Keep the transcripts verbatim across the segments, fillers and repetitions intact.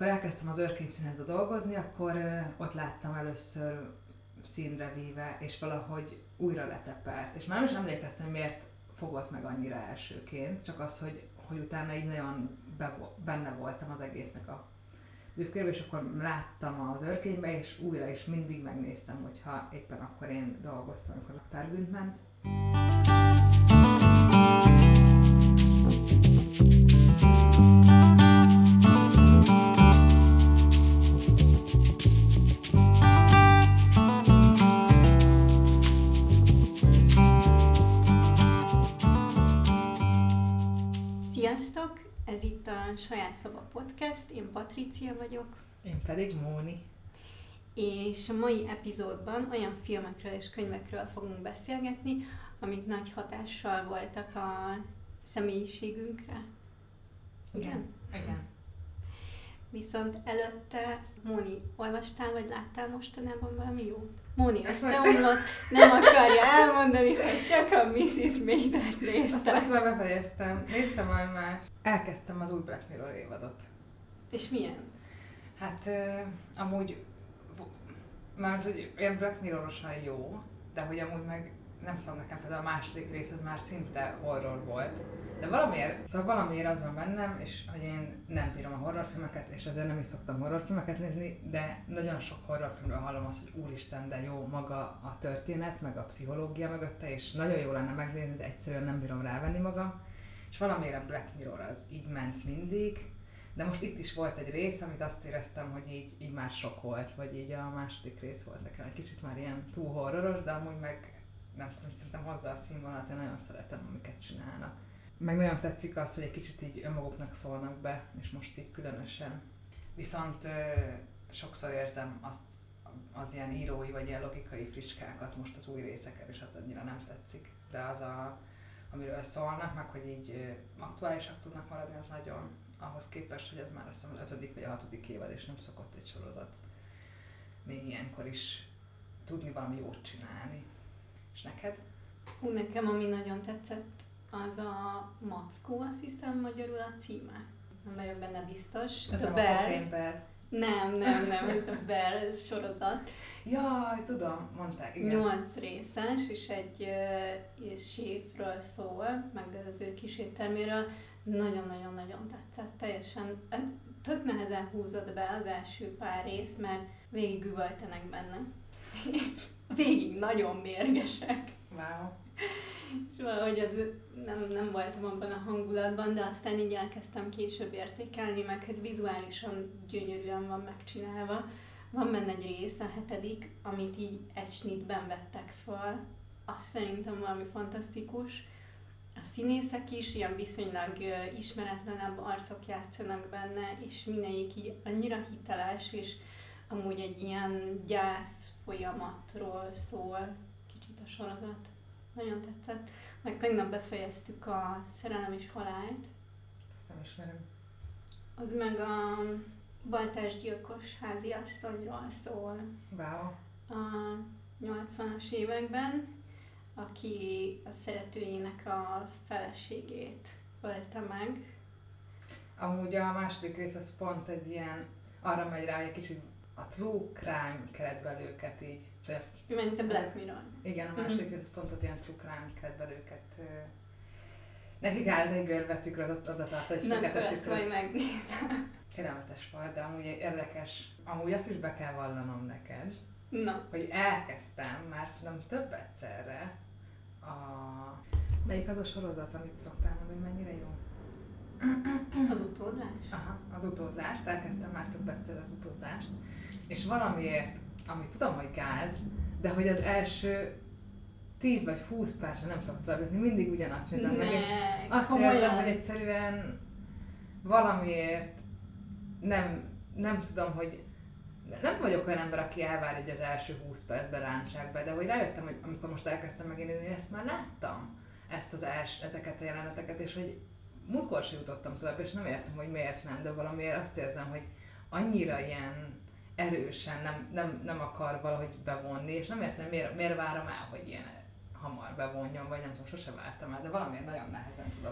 akkor elkezdtem az Örkény-színházba dolgozni, akkor ö, ott láttam először színre víve, és valahogy újra letepert. És már nem is emlékeztem, hogy miért fogott meg annyira elsőként, csak az, hogy, hogy utána így nagyon be, benne voltam az egésznek a bűvkörbe, és akkor láttam az Örkénybe, és újra is mindig megnéztem, hogyha éppen akkor én dolgoztam, amikor a Pergünt ment. Sziasztok! Ez itt a Saját Szoba Podcast, én Patricia vagyok. Én pedig Móni. És a mai epizódban olyan filmekről és könyvekről fogunk beszélgetni, amik nagy hatással voltak a személyiségünkre. Igen? Igen. Viszont előtte, Móni, olvastál vagy láttál mostanában valami jót? Móni összeomlott, nem akarja elmondani, hogy csak a missziz Maisel-t nézte. Azt, azt már befejeztem. Néztem majd már. Elkezdtem az új Black Mirror évadot. És milyen? Hát uh, amúgy, mert hogy ilyen Black Mirror-osan jó, de hogy amúgy meg nem tudom, nekem például a második rész az már szinte horror volt. De valamiért, szóval valamiért az van bennem, és hogy én nem bírom a horrorfilmeket, és ezért nem is szoktam horrorfilmeket nézni, de nagyon sok horrorfilmről hallom azt, hogy úristen, de jó maga a történet, meg a pszichológia mögötte, és nagyon jó lenne megnézni, de egyszerűen nem bírom rávenni magam. És valamiért a Black Mirror az így ment mindig, de most itt is volt egy rész, amit azt éreztem, hogy így, így már sok volt, vagy így a második rész volt nekem egy kicsit már ilyen túl horroros, de amúgy meg nem tudom, szerintem hozzá a színvonalat, én nagyon szeretem, amiket csinálnak. Meg nagyon tetszik az, hogy egy kicsit így önmaguknak szólnak be, és most így különösen. Viszont ö, sokszor érzem azt, az ilyen írói vagy ilyen logikai fricskákat most az új részeken, és az annyira nem tetszik. De az, a, amiről szólnak, meg hogy így ö, aktuálisak tudnak maradni, az nagyon ahhoz képest, hogy ez már azt hiszem az ötödik vagy a hatodik évad, és nem szokott egy sorozat még ilyenkor is tudni valami jót csinálni. És neked? Hú, nekem ami nagyon tetszett, az a Mackó, azt hiszem magyarul a címe. Nem vagyok benne biztos. Ez The nem Bear. a Cocaine Bear. Nem, nem, nem, ez a Bear, ez sorozat. Jaj, tudom, mondták, igen. Nyolc részes, és egy uh, séfről szól, meg az ő kis étterméről. Nagyon-nagyon-nagyon tetszett. Teljesen tök nehezen húzott be az első pár rész, mert végig üvöltenek benne. És végig nagyon mérgesek. Wow. És valahogy ez nem, nem voltam abban a hangulatban, de aztán így elkezdtem később értékelni, meg hogy vizuálisan gyönyörűen van megcsinálva. Van benne egy rész, a hetedik, amit így egy snitben vettek fel. Azt szerintem valami fantasztikus. A színészek is ilyen viszonylag ismeretlenebb arcok játszanak benne, és mindegyik így annyira hiteles, és amúgy egy ilyen gyász folyamatról szól kicsit a sorozat. Nagyon tetszett. Meg tegnap befejeztük a Szerelem és halált. Ezt nem ismerem. Az meg a baltásgyilkos háziasszonyról szól. Wow. A nyolcvanas években, aki a szeretőjének a feleségét ölte meg. Amúgy a második rész az pont egy ilyen, arra megy rá, hogy egy kicsit a true crime keretvelőket így. Ő ment a Black Mirror. Igen, a második rész mm-hmm. pont az ilyen true crime keretvelőket. Nekik állt egy görvetükről, oda tart egy fekete tükröt. Nem, ezt majd megnézem. Kellemetes volt, de amúgy érdekes. Amúgy azt is be kell vallanom neked, Na. hogy elkezdtem már szerintem több egyszerre a... Melyik az a sorozat, amit szoktál mondani, hogy mennyire jó? Az utódlás? Aha, az utódlást. Elkezdtem már több egyszer az utódlást. És valamiért, amit tudom, hogy gáz, de hogy az első tíz vagy húsz percre nem tudok tovább jutni, mindig ugyanazt nézem meg, és azt komolyan érzem, hogy egyszerűen valamiért nem, nem tudom, hogy nem vagyok olyan ember, aki elvár így az első húsz percben rántsák be, de hogy rájöttem, hogy amikor most elkezdtem megnézni, ezt már láttam, ezt az els, ezeket a jeleneteket, és hogy múltkor sem jutottam tovább, és nem értem, hogy miért nem, de valamiért azt érzem, hogy annyira ilyen erősen nem, nem, nem akar valahogy bevonni, és nem értem, miért, miért várom el, hogy ilyen hamar bevonjon, vagy nem tudom, sose vártam el, de valamiért nagyon nehezen tudok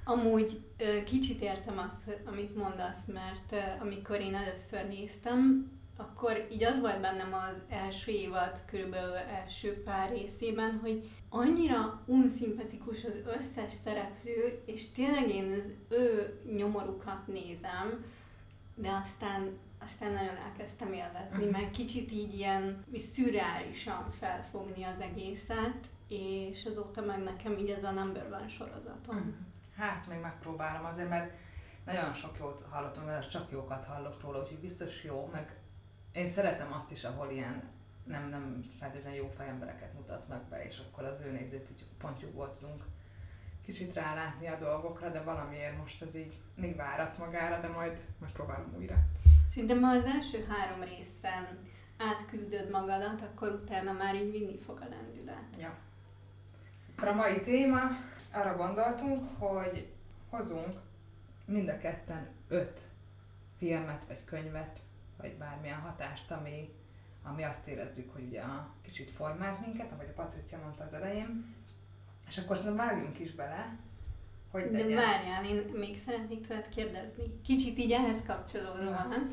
Amúgy kicsit értem azt, amit mondasz, mert amikor én először néztem, akkor így az volt bennem az első évad, körülbelül első pár részében, hogy annyira unszimpatikus az összes szereplő, és tényleg én az ő nyomorukat nézem, de aztán, aztán nagyon elkezdtem élvezni, Uh-huh. meg kicsit így ilyen szürreálisan felfogni az egészet, és azóta meg nekem így ez a number one sorozatom. Uh-huh. Hát még megpróbálom azért, mert nagyon sok jót hallottam, mert csak jókat hallok róla, úgyhogy biztos jó, meg én szeretem azt is, ahol ilyen nem, nem feltétlenül jó fejembereket mutatnak be, és akkor az ő nézőpontjukból tudunk kicsit rálátni a dolgokra, de valamiért most ez így még várat magára, de majd megpróbálom újra. Szerintem ha az első három részen átküzdöd magadat, akkor utána már így vinni fog a lendület. Ja. Akkor a mai téma, arra gondoltunk, hogy hozunk mind a ketten öt filmet, vagy könyvet, vagy bármilyen hatást, ami, ami azt érezzük, hogy ugye a kicsit formált minket, ahogy a Patricia mondta az elején. És akkor szerintem vágjunk is bele, hogy De legyen. várjál, én még szeretnék tőled kérdezni. Kicsit így ehhez kapcsolódóan,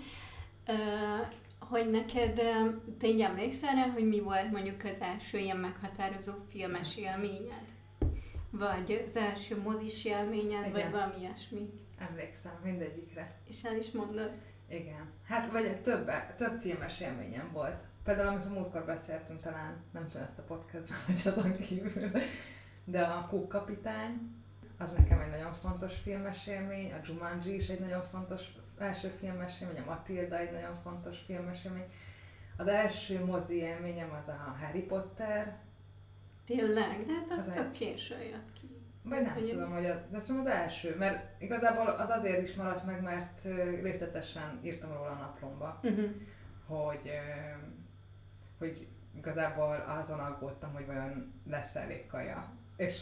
uh, hogy neked, te így emlékszel rá, hogy mi volt mondjuk az első ilyen meghatározó filmes élményed? Vagy az első mozis élményed, Igen. vagy valami ilyesmi? Emlékszem mindegyikre. És el is mondod? Igen. Hát vagy több, több filmes élményem volt. Például, amit a múltkor beszéltünk, talán nem tudom ezt a podcastban, vagy azon kívül, de a Cook kapitány, az nekem egy nagyon fontos filmes élmény, a Jumanji is egy nagyon fontos első filmes élmény, a Matilda egy nagyon fontos filmes élmény. Az első mozi élményem az a Harry Potter. Tényleg? De hát az, Az tök egy- későn jött ki. Vagy nem Hogy- tudom, hogy az, de azt mondom az első, mert igazából az azért is maradt meg, mert ö, részletesen írtam róla a naplomba, Uh-huh. hogy, ö, hogy igazából azon aggódtam, hogy vajon lesz elég kaja. És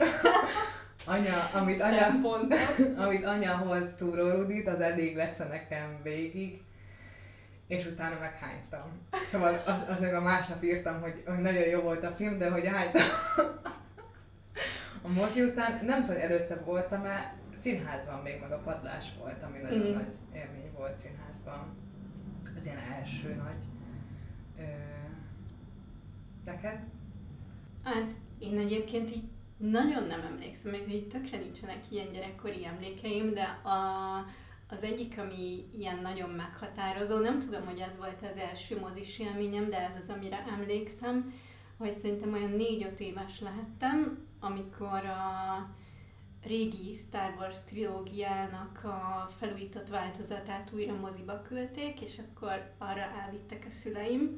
anya, amit anya, Szempontok. amit anya hoz túró Rudit, az elég lesz nekem végig, és utána meghánytam. Szóval az, az meg a másnap írtam, hogy, hogy nagyon jó volt a film, de hogy hánytam. A mozi után, nem tudom, előtte voltam-e, színházban még meg a padlás volt, ami nagyon Mhm. nagy élmény volt színházban. Az ilyen első nagy. Ö... Neked? Hát én egyébként így nagyon nem emlékszem, még hogy tökre nincsenek ilyen gyerekkori emlékeim, de a, az egyik, ami ilyen nagyon meghatározó, nem tudom, hogy ez volt az első mozis élményem, de ez az, amire emlékszem, hogy szerintem olyan négy-öt éves lehettem, amikor a régi Star Wars trilógiának a felújított változatát újra moziba küldték, és akkor arra elvittek a szüleim,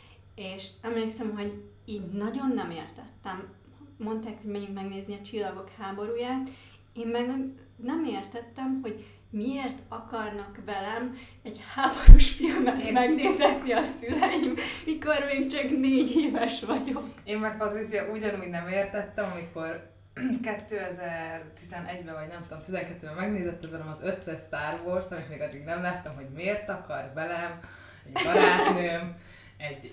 és emlékszem, hogy így nagyon nem értettem. Mondták, hogy menjünk megnézni a Csillagok háborúját, én meg nem értettem, hogy miért akarnak velem egy háborús filmet Én- megnézetni a szüleim, mikor még csak négy éves vagyok. Én meg Patricia ugyanúgy nem értettem, amikor kétezer-tizenegyben, vagy nem tudom, tizenkettőben megnézetted velem az összes Star Wars-t, amit még addig nem láttam, hogy miért akar velem egy barátnőm egy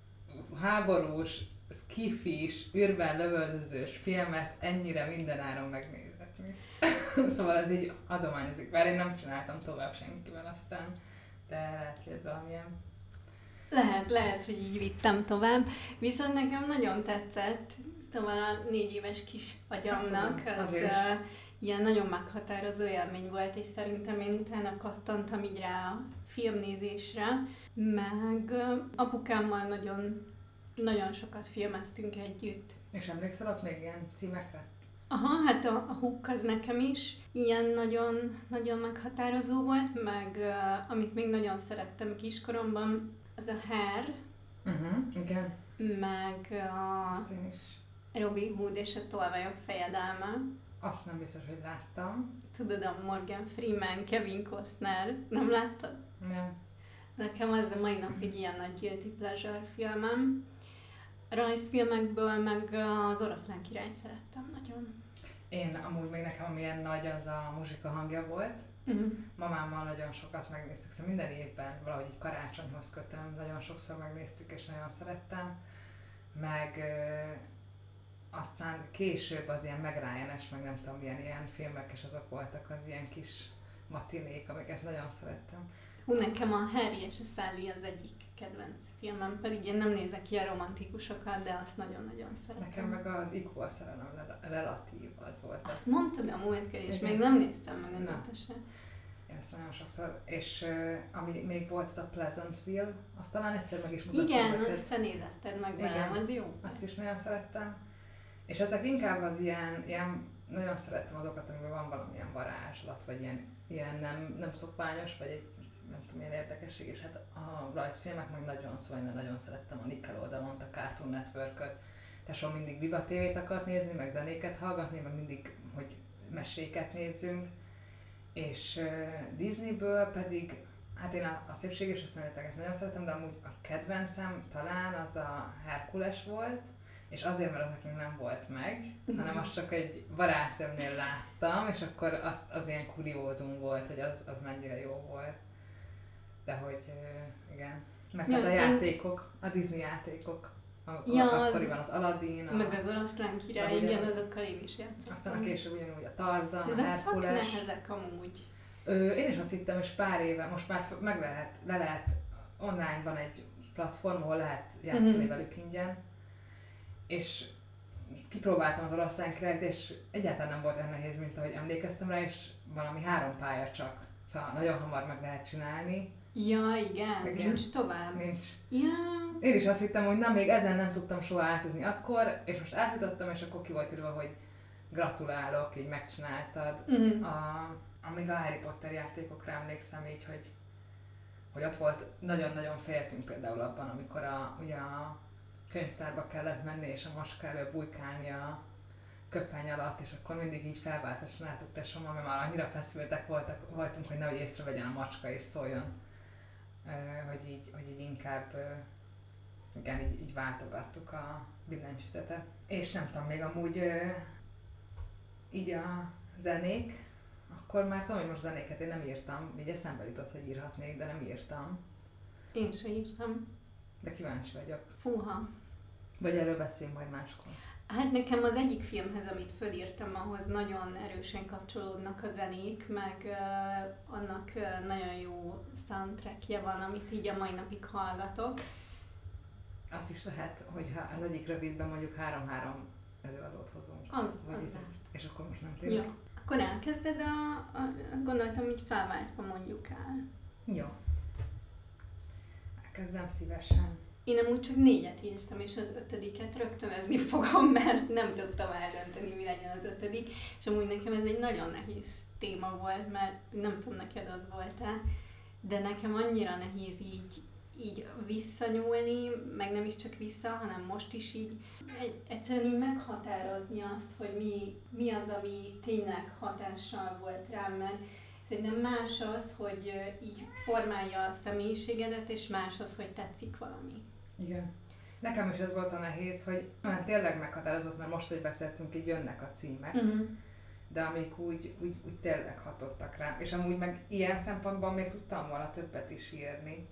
háborús, skifis, űrben lövöldözős filmet ennyire mindenáron megnézetni. Szóval ez így adományozik, bár én nem csináltam tovább senkivel aztán, de lehet, hogy ez valamilyen. Lehet, lehet, hogy így vittem tovább, viszont nekem nagyon tetszett, szóval a négy éves kis agyamnak tudom, az azért is. uh, ilyen nagyon meghatározó élmény volt, és szerintem én utána kattantam így rá a filmnézésre, meg uh, apukámmal nagyon, nagyon sokat filmeztünk együtt. És emlékszel ott még ilyen címekre? Aha, hát a, a Hook az nekem is ilyen nagyon, nagyon meghatározó volt, meg uh, amit még nagyon szerettem kiskoromban, az a Hair, Uh-huh, igen. meg a Azt én is. Robin Hood és a Tolvajok fejedelme. Azt nem biztos, hogy láttam. Tudod, a Morgan Freeman, Kevin Costner, nem láttad? Nem. Nekem az a mai nap egy ilyen nagy guilty pleasure filmem. Rajzfilmekből meg az Oroszlán királyt szerettem nagyon. Én amúgy még nekem amilyen nagy az a muzsika hangja volt. Uh-huh. Mamámmal nagyon sokat megnéztük, szóval minden évben valahogy így karácsonyhoz kötöm, nagyon sokszor megnéztük és nagyon szerettem. Meg aztán később az ilyen Meg Ryan-es, meg nem tudom milyen ilyen filmek, és azok voltak az ilyen kis matinék, amiket nagyon szerettem. Hú, nekem a Harry és a Sally az egyik kedvenc filmem, pedig én nem nézek ilyen romantikusokat, de azt nagyon-nagyon szeretem. Nekem meg az Equal szerelem relatív az volt. Azt mondtad a múltkor, és még nem néztem meg egyetesen. Én ezt nagyon sokszor, és uh, ami még volt, az a Pleasantville, azt talán egyszer meg is mutattam. Igen, azt te nézetted meg velem, az jó. Azt is nagyon szerettem. És ezek inkább az ilyen, ilyen nagyon szerettem azokat, amiben van valamilyen varázslat, vagy ilyen, ilyen nem, nem szokványos, vagy egy nem tudom, milyen érdekesség, és hát a rajzfilmek meg nagyon, szóval én nagyon szerettem a Nickelodeon-t, a Cartoon Network-öt. Tesó mindig Viva té vét akart nézni, meg zenéket hallgatni, meg mindig, hogy meséket nézzünk. És uh, Disneyből pedig, hát én a, a szépség és a szörnyeteget nagyon szeretem, de amúgy a kedvencem talán az a Herkules volt, és azért, mert az nekünk nem volt meg, hanem azt csak egy barátomnél láttam, és akkor az, az ilyen kuriózum volt, hogy az, az mennyire jó volt. De hogy uh, igen. Meg ja, hát a játékok, a Disney játékok. Akkor, ja, akkoriban az Aladdin. A, meg az Oroszlán király, igen, azokkal én is játszottam. Aztán a később ugyanúgy a Tarzan, a Herkules. Ezek tök nehezek amúgy. Ö, én is azt hittem, és pár éve, most már meg lehet, le lehet, online van egy platform, ahol lehet játszani mm-hmm. velük ingyen. És kipróbáltam az Oroszlán királyt, és egyáltalán nem volt olyan nehéz, mint ahogy emlékeztem rá, és valami három pálya csak. Szóval nagyon hamar meg lehet csinálni. Ja, igen, igen. Nincs tovább. Nincs. Ja. Én is azt hittem, hogy na, még ezen nem tudtam soha átjutni akkor, és most átjutottam, és akkor ki volt írva, hogy gratulálok, így megcsináltad. Mm. A, amíg a Harry Potter játékokra emlékszem így, hogy, hogy ott volt, nagyon-nagyon féltünk például abban, amikor a, ugye a könyvtárba kellett menni, és a macska elől bujkálni a köpeny alatt, és akkor mindig így felváltáson álltuk tesómmal, mert már annyira feszültek voltak, voltunk, hogy nehogy észrevegyen a macska és szóljon. Hogy így, hogy így inkább igen, így, így váltogattuk a billentyűzetet. És nem tudom, még amúgy így a zenék, akkor már tudom, hogy most zenéket én nem írtam, így eszembe jutott, hogy írhatnék, de nem írtam. Én sem írtam. De kíváncsi vagyok. Fúha. Vagy erről beszélünk majd máskor. Hát nekem az egyik filmhez, amit fölírtam, ahhoz nagyon erősen kapcsolódnak a zenék, meg uh, annak uh, nagyon jó soundtrackje van, amit így a mai napig hallgatok. Azt is lehet, hogyha az egyik rövidben mondjuk három-három előadót hozunk. Az, vagy az és akkor most nem tényleg. Jó. Akkor elkezded a, a, gondoltam, így felváltva mondjuk el. Jó. Elkezdem szívesen. Én amúgy csak négyet írtam, és az ötödiket rögtönözni fogom, mert nem tudtam eldönteni, mi legyen az ötödik. És amúgy nekem ez egy nagyon nehéz téma volt, mert nem tudom, neked az volt-e, de nekem annyira nehéz így, így visszanyúlni, meg nem is csak vissza, hanem most is így egy, egyszerűen így meghatározni azt, hogy mi, mi az, ami tényleg hatással volt rám, mert szerintem más az, hogy így formálja a személyiségedet, és más az, hogy tetszik valami. Igen. Nekem is ez volt a nehéz, hogy olyan tényleg meghatározott, mert most, hogy beszéltünk, így jönnek a címek, uh-huh. de amik úgy, úgy, úgy tényleg hatottak rám. És amúgy meg ilyen szempontban még tudtam volna többet is írni.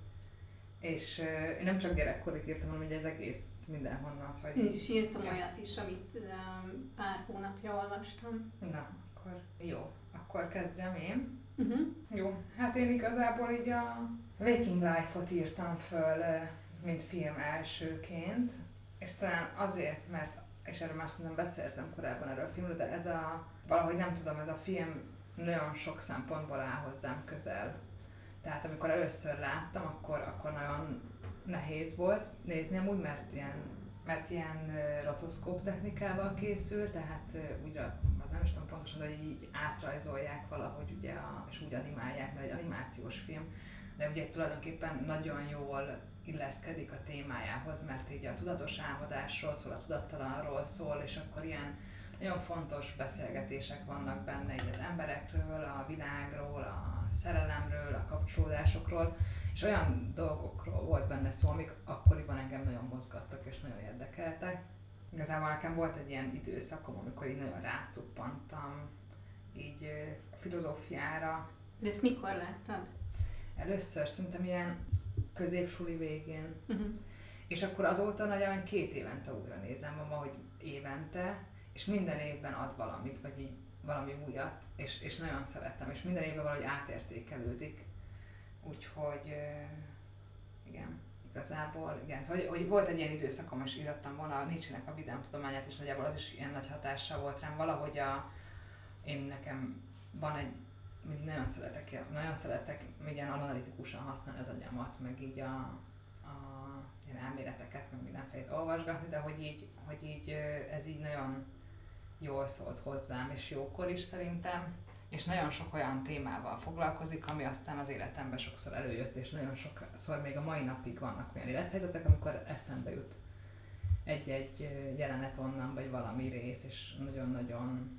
És uh, én nem csak gyerekkorit írtam, hanem ugye ez egész mindenhonnan. Szóval én is írtam ja. olyat is, amit um, pár hónapja olvastam. Na, akkor jó. Akkor kezdjem én. Uh-huh. Jó, hát én igazából így a Waking Life-ot írtam föl, mint film elsőként, és talán azért, mert, és erről már szerintem beszéltem korábban erről a filmről, de ez a, valahogy nem tudom, ez a film nagyon sok szempontból áll hozzám közel. Tehát amikor először láttam, akkor, akkor nagyon nehéz volt nézni amúgy, mert ilyen, mert ilyen rotoszkóp technikával készül, tehát úgy, az nem is tudom pontosan, de így átrajzolják valahogy ugye, a, és úgy animálják, mert egy animációs film, de ugye tulajdonképpen nagyon jól illeszkedik a témájához, mert így a tudatos álmodásról szól, a tudattalanról szól, és akkor ilyen nagyon fontos beszélgetések vannak benne így az emberekről, a világról, a szerelemről, a kapcsolódásokról, és olyan dolgokról volt benne szó, amik akkoriban engem nagyon mozgattak és nagyon érdekeltek. Igazából nekem volt egy ilyen időszakom, amikor így nagyon rácuppantam így a filozófiára. De ezt mikor láttad? Először szerintem ilyen középsuli végén. Uh-huh. És akkor azóta nagyjából két évente újra nézem, van hogy évente, és minden évben ad valamit, vagy így valami újat, és, és nagyon szerettem, és minden évben valahogy átértékelődik. Úgyhogy igen, igazából, igen, szóval, hogy, hogy volt egy ilyen időszakom, és írattam volna a Nietzsének a Vidámtudományát, és nagyjából az is ilyen nagy hatással volt rám. Valahogy a, én nekem van egy, nagyon szeretek, nagyon szeretek ilyen analitikusan használni az agyamat, meg így a, a ilyen elméleteket, meg mindenfélét olvasgatni, de hogy így, hogy így ez így nagyon jól szólt hozzám, és jókor is szerintem, és nagyon sok olyan témával foglalkozik, ami aztán az életemben sokszor előjött, és nagyon sokszor még a mai napig vannak olyan élethelyzetek, amikor eszembe jut egy-egy jelenet onnan, vagy valami rész, és nagyon-nagyon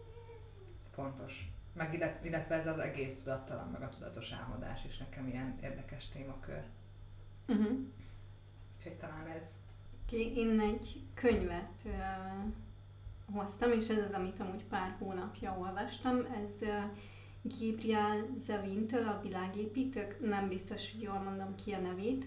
fontos. Meg illetve ez az egész tudattalan, meg a tudatos álmodás is nekem ilyen érdekes témakör. Uh-huh. Úgyhogy talán ez. Én egy könyvet uh, hoztam, és ez az, amit amúgy pár hónapja olvastam. Ez uh, Gabriel Zavin-től, A világépítők, nem biztos, hogy jól mondom ki a nevét.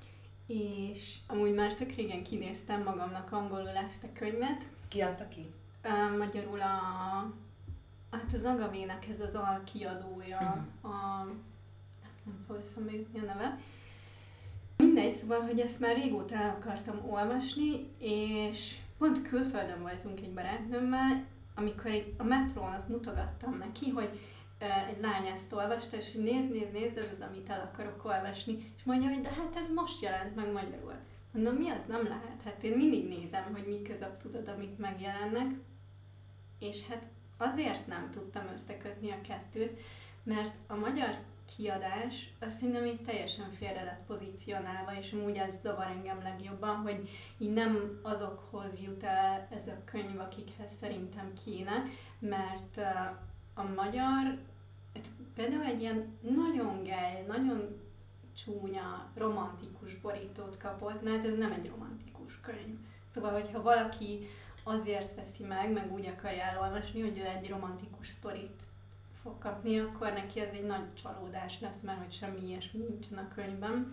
És amúgy már tök régen kinéztem magamnak angolul ezt a könyvet. Ki adta ki? Uh, magyarul a... Hát az Agavének ez az alkiadója, uh-huh. a... Nem, nem fog eszembe jutni a neve. Mindegy, szóval, hogy ezt már régóta el akartam olvasni, és pont külföldön voltunk egy barátnőmmel, amikor egy, a metrónak mutogattam neki, hogy uh, egy lány ezt olvasta, és hogy nézd, nézd, nézd, ez az, amit el akarok olvasni. És mondja, hogy de hát ez most jelent meg magyarul. Mondom, mi az? Nem lehet. Hát én mindig nézem, hogy mi között tudod, amit megjelennek. És hát azért nem tudtam összekötni a kettőt, mert a magyar kiadás azt szerintem így teljesen félre lett pozícionálva, és amúgy ez zavar engem legjobban, hogy így nem azokhoz jut el ez a könyv, akikhez szerintem kéne, mert a magyar például egy ilyen nagyon gej, nagyon csúnya, romantikus borítót kapott, na hát ez nem egy romantikus könyv. Szóval, hogyha valaki azért veszi meg, meg úgy akarja elolvasni, hogy ő egy romantikus sztorit fog kapni, akkor neki ez egy nagy csalódás lesz, mert hogy semmi ilyesmi nincsen a könyvben.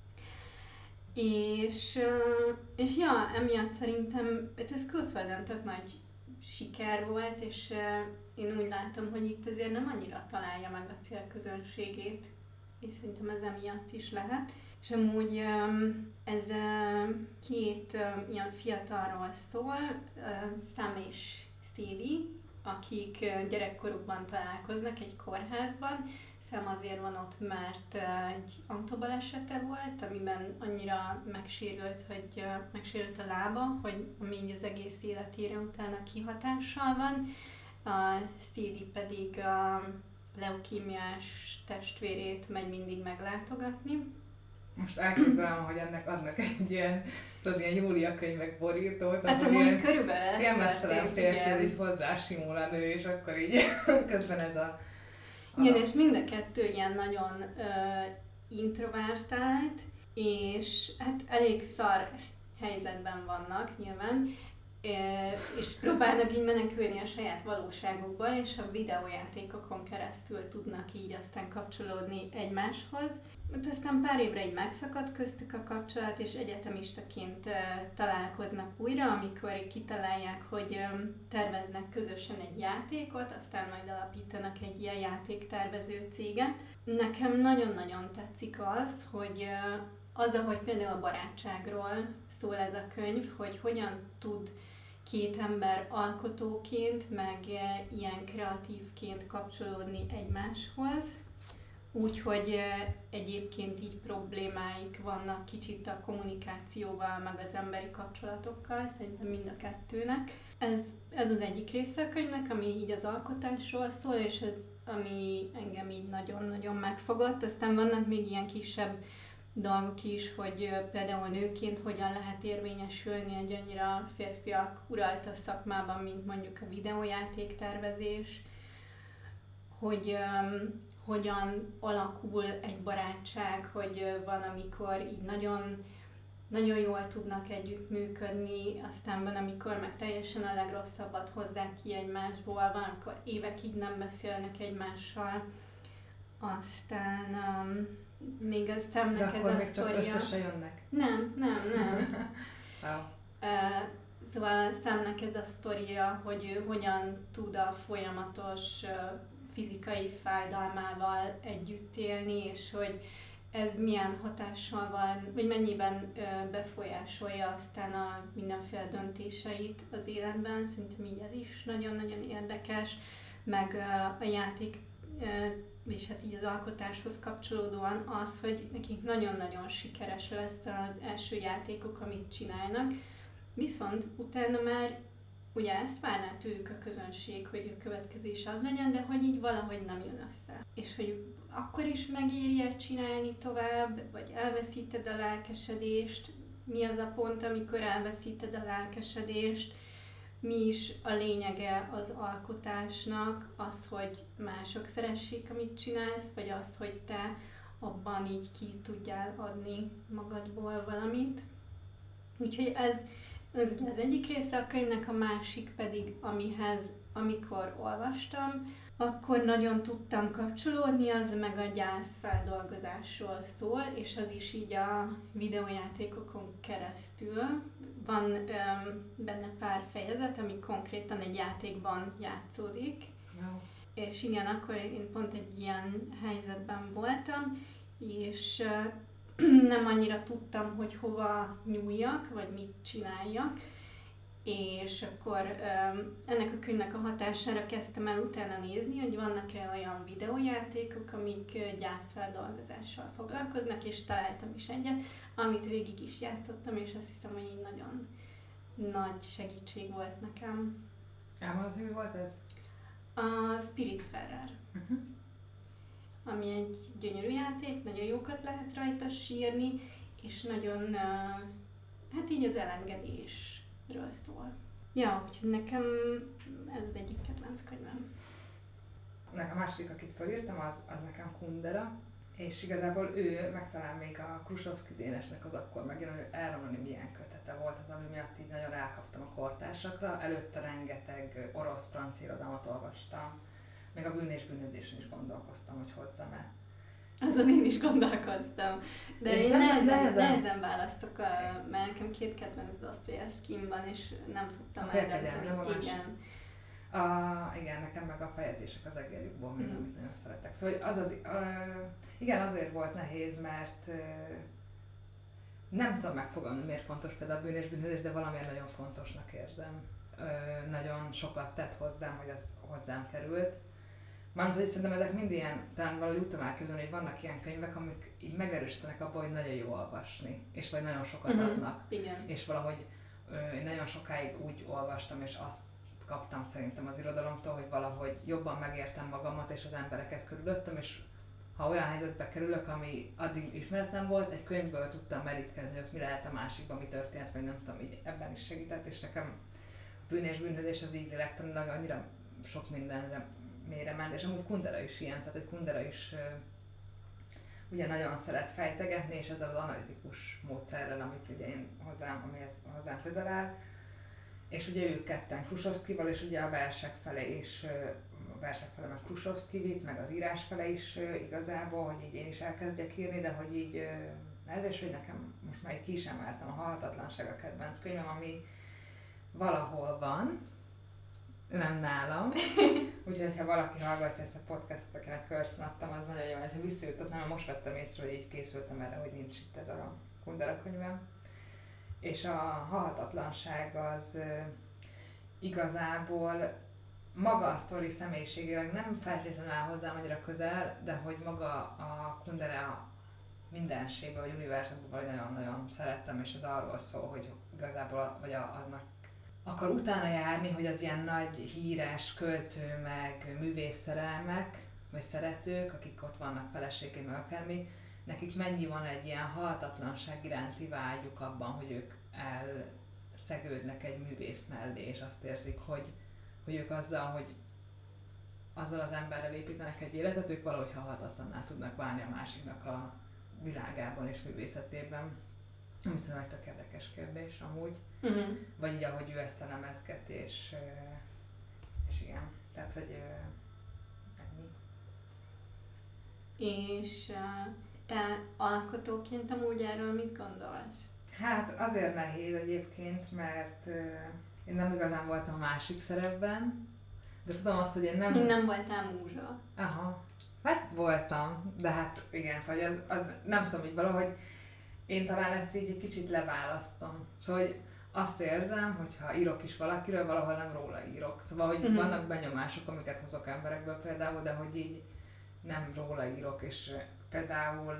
És, és ja, emiatt szerintem ez külföldön tök nagy siker volt, és én úgy látom, hogy itt azért nem annyira találja meg a célközönségét, és szerintem ez emiatt is lehet. És amúgy ez két ilyen fiatalról szól, Sam és Sadie, akik gyerekkorukban találkoznak egy kórházban. Sam azért van ott, mert egy autóbalesete volt, amiben annyira megsérült, hogy megsérült a lába, hogy ami az egész életére utána kihatással van. A Sadie pedig a leukémiás testvérét megy mindig meglátogatni. Most elképzelem, hogy ennek adnak egy ilyen, tudod, ilyen Júlia könyvek borítót, hát ahol ilyen körülbelül filmesztelen férfi így hozzásimul a nő, és akkor így közben ez a... a... Igen, és mind a kettő ilyen nagyon uh, introvertált, és hát elég szar helyzetben vannak nyilván, és próbálnak így menekülni a saját valóságukból, és a videójátékokon keresztül tudnak így aztán kapcsolódni egymáshoz. Mert aztán pár évre így megszakadt köztük a kapcsolat, és egyetemistaként találkoznak újra, amikor így kitalálják, hogy terveznek közösen egy játékot, aztán majd alapítanak egy ilyen játéktervező céget. Nekem nagyon-nagyon tetszik az, hogy az, ahogy például a barátságról szól ez a könyv, hogy hogyan tud két ember alkotóként, meg ilyen kreatívként kapcsolódni egymáshoz. Úgyhogy egyébként így problémáik vannak kicsit a kommunikációval, meg az emberi kapcsolatokkal, szerintem mind a kettőnek. Ez, ez az egyik része a könyvnek, ami így az alkotásról szól, és ez ami engem így nagyon-nagyon megfogott. Aztán vannak még ilyen kisebb dolgok is, hogy például nőként hogyan lehet érvényesülni egy annyira férfiak uralta szakmában, mint mondjuk a videójátéktervezés, hogy um, hogyan alakul egy barátság, hogy van, amikor így nagyon, nagyon jól tudnak együttműködni, aztán van, amikor meg teljesen a legrosszabbat hozzák ki egymásból, van, amikor évekig nem beszélnek egymással, aztán um, még az Samnek ez akkor a még sztoria. csak össze se jönnek. Nem, nem, nem. Wow. Uh, szóval Samnek ez a sztoria, hogy ő hogyan tud a folyamatos uh, fizikai fájdalmával együtt élni, és hogy ez milyen hatással van, vagy mennyiben uh, befolyásolja aztán a mindenféle döntéseit az életben. Szerintem így ez is nagyon-nagyon érdekes, meg uh, a játék, uh, és hát így az alkotáshoz kapcsolódóan az, hogy nekik nagyon-nagyon sikeres lesz az első játékok, amit csinálnak, viszont utána már ugye ezt várná tőlük a közönség, hogy a következő is az legyen, de hogy így valahogy nem jön össze. És hogy akkor is megéri csinálni tovább, vagy elveszíted a lelkesedést, mi az a pont, amikor elveszíted a lelkesedést, mi is a lényege az alkotásnak, az, hogy mások szeressék, amit csinálsz, vagy az, hogy te abban így ki tudjál adni magadból valamit. Úgyhogy ez, ez ugye az egyik része a könyvnek, a másik pedig, amihez, amikor olvastam, akkor nagyon tudtam kapcsolódni, az meg a gyászfeldolgozásról szól, és az is így a videójátékokon keresztül. Van öm, benne pár fejezet, ami konkrétan egy játékban játszódik. Wow. És igen, akkor én pont egy ilyen helyzetben voltam, és nem annyira tudtam, hogy hova nyúljak, vagy mit csináljak, és akkor um, ennek a könyvnek a hatására kezdtem el utána nézni, hogy vannak-e olyan videójátékok, amik gyászfeldolgozással foglalkoznak, és találtam is egyet, amit végig is játszottam, és azt hiszem, hogy így nagyon nagy segítség volt nekem. Elmondod, hogy mi volt ez? A Spiritfarer, uh-huh. ami egy gyönyörű játék, nagyon jókat lehet rajta sírni, és nagyon, uh, hát így az elengedésről szól. Ja, úgyhogy nekem ez az egyik kedvenc könyvem. A másik, akit felírtam, az, az nekem Kundera, és igazából ő, meg talán még a Krusovszki Dénesnek az akkor megjelenő Elromlani milyen kötete volt az, ami miatt így nagyon rákaptam a kortársakra. Előtte rengeteg orosz-francia irodalmat olvastam, még a Bűn és bűnödésen is gondolkoztam, hogy hozzam-e. Azon én is gondolkoztam, de és én nem nehezen, nehezen. nehezen választok, a, mert nekem két kedvenc Dostoyevszkim van, és nem tudtam eldönteni. Igen. A, igen, nekem meg a fejezések az egérjükból, mm. amit nagyon szeretek. Szóval az az, uh, igen, azért volt nehéz, mert uh, nem tudom megfogalmazni, miért fontos például a bűn és bűnözés, de valamilyen nagyon fontosnak érzem. Uh, nagyon sokat tett hozzám, hogy az hozzám került. Mármint, hogy szerintem ezek mind ilyen, talán valahogy úgy tudom elképzelni, hogy vannak ilyen könyvek, amik így megerősítenek abban, hogy nagyon jó olvasni, és vagy nagyon sokat mm-hmm. adnak. Igen. És valahogy uh, én nagyon sokáig úgy olvastam, és azt kaptam szerintem az irodalomtól, hogy valahogy jobban megértem magamat és az embereket körülöttem, és ha olyan helyzetbe kerülök, ami addig ismeretlen volt, egy könyvből tudtam merítkezni, hogy mi lehet a másikban, mi történt, vagy nem tudom, így ebben is segített, és nekem bűn és bűnhődés az így lélektanilag annyira sok mindenre mélyre ment, és amúgy Kundera is ilyen, tehát hogy Kundera is uh, ugye nagyon szeret fejtegetni, és ezzel az analitikus módszerrel, amit ugye én hozzám, ami hozzám közel áll, és ugye ők ketten Krusovszkival, és ugye a versek fele is, a versek fele meg Krusovszki vitt, meg az írás fele is igazából, hogy így én is elkezdjek írni, de hogy így ez és hogy nekem most már így ki is emeltem, a Halhatatlanság a kedvenc könyvem, ami valahol van, nem nálam, úgyhogy ha valaki hallgatja ezt a podcastot, akinek kölcsön adtam, az nagyon jó, hogyha visszajutatnám, mert most vettem észre, hogy így készültem erre, hogy nincs itt ez a Kundera könyvem. És a Halhatatlanság az uh, igazából maga a sztori személyiségileg nem feltétlenül áll hozzám annyira közel, de hogy maga a Kundera mindenségben, vagy univerzumban nagyon-nagyon szerettem, és ez arról szól, hogy igazából vagy a, aznak akar utána járni, hogy az ilyen nagy híres költő, meg művészszerelmek, vagy szeretők, akik ott vannak feleségként, meg akármi, nekik mennyi van egy ilyen halhatatlanság iránti vágyuk abban, hogy ők elszegődnek egy művész mellé, és azt érzik, hogy, hogy ők azzal, hogy azzal az emberrel építenek egy életet, ők valahogy halhatatlanná tudnak válni a másiknak a világában és művészetében. Ami szerintem egy tök érdekes kérdés amúgy. Uh-huh. Vagy így, ahogy ő ezt elemezget, és, és igen. Tehát, hogy ennyi. És uh, Te alkotóként amúgy erről mit gondolsz? Hát azért nehéz egyébként, mert uh, én nem igazán voltam a másik szerepben, de tudom azt, hogy én nem... Én nem voltál múzsa. Aha. Hát voltam, de hát igen, szóval az, az nem tudom, hogy valahogy én talán ezt így egy kicsit leválasztom. Szóval hogy azt érzem, hogy ha írok is valakiről, valahol nem róla írok. Szóval, hogy uh-huh. vannak benyomások, amiket hozok emberekből például, de hogy így nem róla írok, és például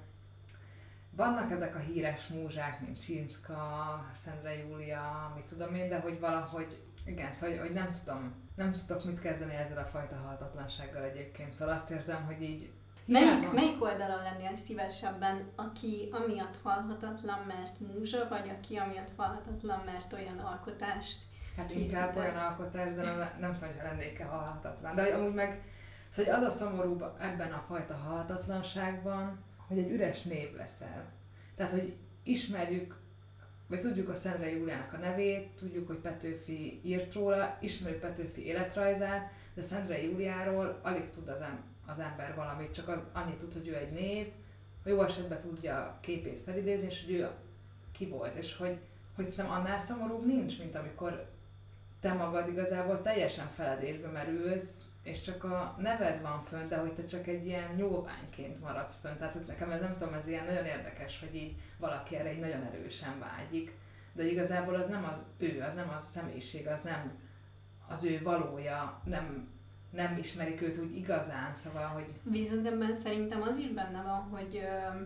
vannak ezek a híres múzsák, mint Csinszka, Szendre Júlia, mit tudom én, de hogy valahogy, igen, szóval, hogy nem tudom, nem tudok mit kezdeni ezzel a fajta halhatatlansággal egyébként, szóval azt érzem, hogy így... Melyik, melyik oldalon lennél szívesebben, aki amiatt halhatatlan, mert múzsa, vagy aki amiatt halhatatlan, mert olyan alkotást Hát inkább olyan alkotás, de nem, nem tudom, hogy lennék-e halhatatlan. De amúgy meg, szóval az a szomorú ebben a fajta halhatatlanságban, hogy egy üres név leszel. Tehát, hogy ismerjük, vagy tudjuk a Szendre Júliának a nevét, tudjuk, hogy Petőfi írt róla, ismerjük Petőfi életrajzát, de Szendre Júliáról alig tud az, em- az ember valamit, csak az annyit tud, hogy ő egy név, hogy jó esetben tudja a képét felidézni, és hogy ő ki volt, és hogy, hogy szerintem annál szomorúbb nincs, mint amikor te magad igazából teljesen feledésbe merülsz, és csak a neved van fönn, de hogy te csak egy ilyen nyúlványként maradsz fönn. Tehát hogy nekem ez nem tudom, ez ilyen nagyon érdekes, hogy így valaki erre így nagyon erősen vágyik. De igazából az nem az ő, az nem az személyiség, az nem az ő valója, nem, nem ismerik őt úgy igazán, szóval, hogy... Viszont ebben szerintem az is benne van, hogy ö,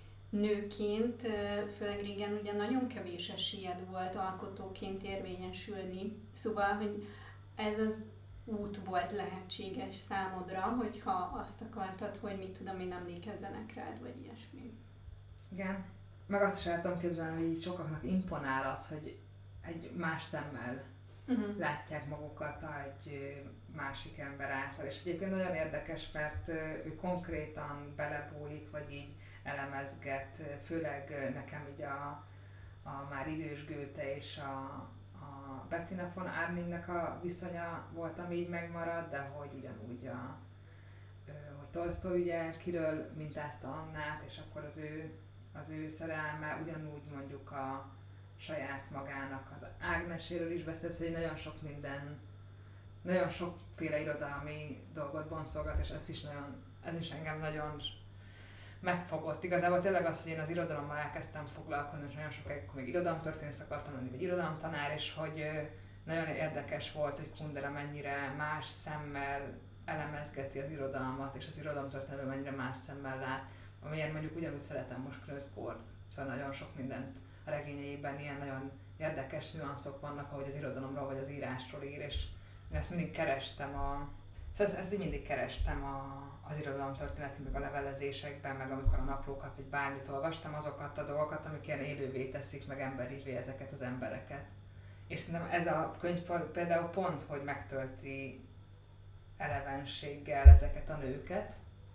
nőként, ö, főleg régen ugye nagyon kevés esélyed volt alkotóként érvényesülni. Szóval, hogy ez az út volt lehetséges számodra, hogyha azt akartad, hogy mit tudom én, emlékezzenek rád, vagy ilyesmi. Igen. Meg azt is el tudom képzelni, hogy így sokaknak imponál az, hogy egy más szemmel uh-huh. látják magukat egy másik ember által. És egyébként nagyon érdekes, mert ő konkrétan belebújik, vagy így elemezget, főleg nekem így a, a már idős Goethe és a a Bettina von Arnimnek a viszonya volt, ami így megmaradt, de hogy ugyanúgy a, hogy Tolsztoj ugye kiről mintázta Annát, és akkor az ő, az ő szerelme, ugyanúgy mondjuk a saját magának az Ágneséről is beszélsz, hogy nagyon sok minden, nagyon sokféle irodalmi dolgot boncolgat, és ez is, nagyon, ez is engem nagyon megfogott. Igazából tényleg az, hogy én az irodalommal elkezdtem foglalkozni, és nagyon sokáig még irodalomtörténész akartam lenni, vagy irodalomtanár, és hogy nagyon érdekes volt, hogy Kundera mennyire más szemmel elemezgeti az irodalmat, és az irodalomtörténetben mennyire más szemmel lát, amilyen mondjuk ugyanúgy szeretem most Knausgård, szóval nagyon sok mindent a regényeiben, ilyen nagyon érdekes nüanszok vannak, ahogy az irodalomról vagy az írásról ír, és én ezt mindig kerestem a Szóval ezt, ezt így mindig kerestem a, az irodalomtörténeti, meg a levelezésekben, meg amikor a naplókat, vagy bármit olvastam, azokat a dolgokat, amik ilyen élővé teszik, meg emberivé ezeket az embereket. És szerintem ez a könyv például pont, hogy megtölti elevenséggel ezeket a nőket,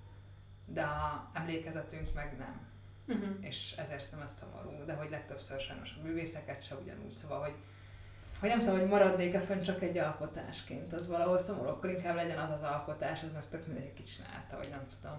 de a emlékezetünk meg nem. Uh-huh. És ezért szerintem ez szomorú, de hogy legtöbbször sajnos a művészeket se ugyanúgy, szóval, hogy hogy nem tudom, hogy maradnék-e fönn csak egy alkotásként, az valahol szomorú, akkor inkább legyen az az alkotás, az meg tök mindegy, ki csinálta, vagy nem tudom.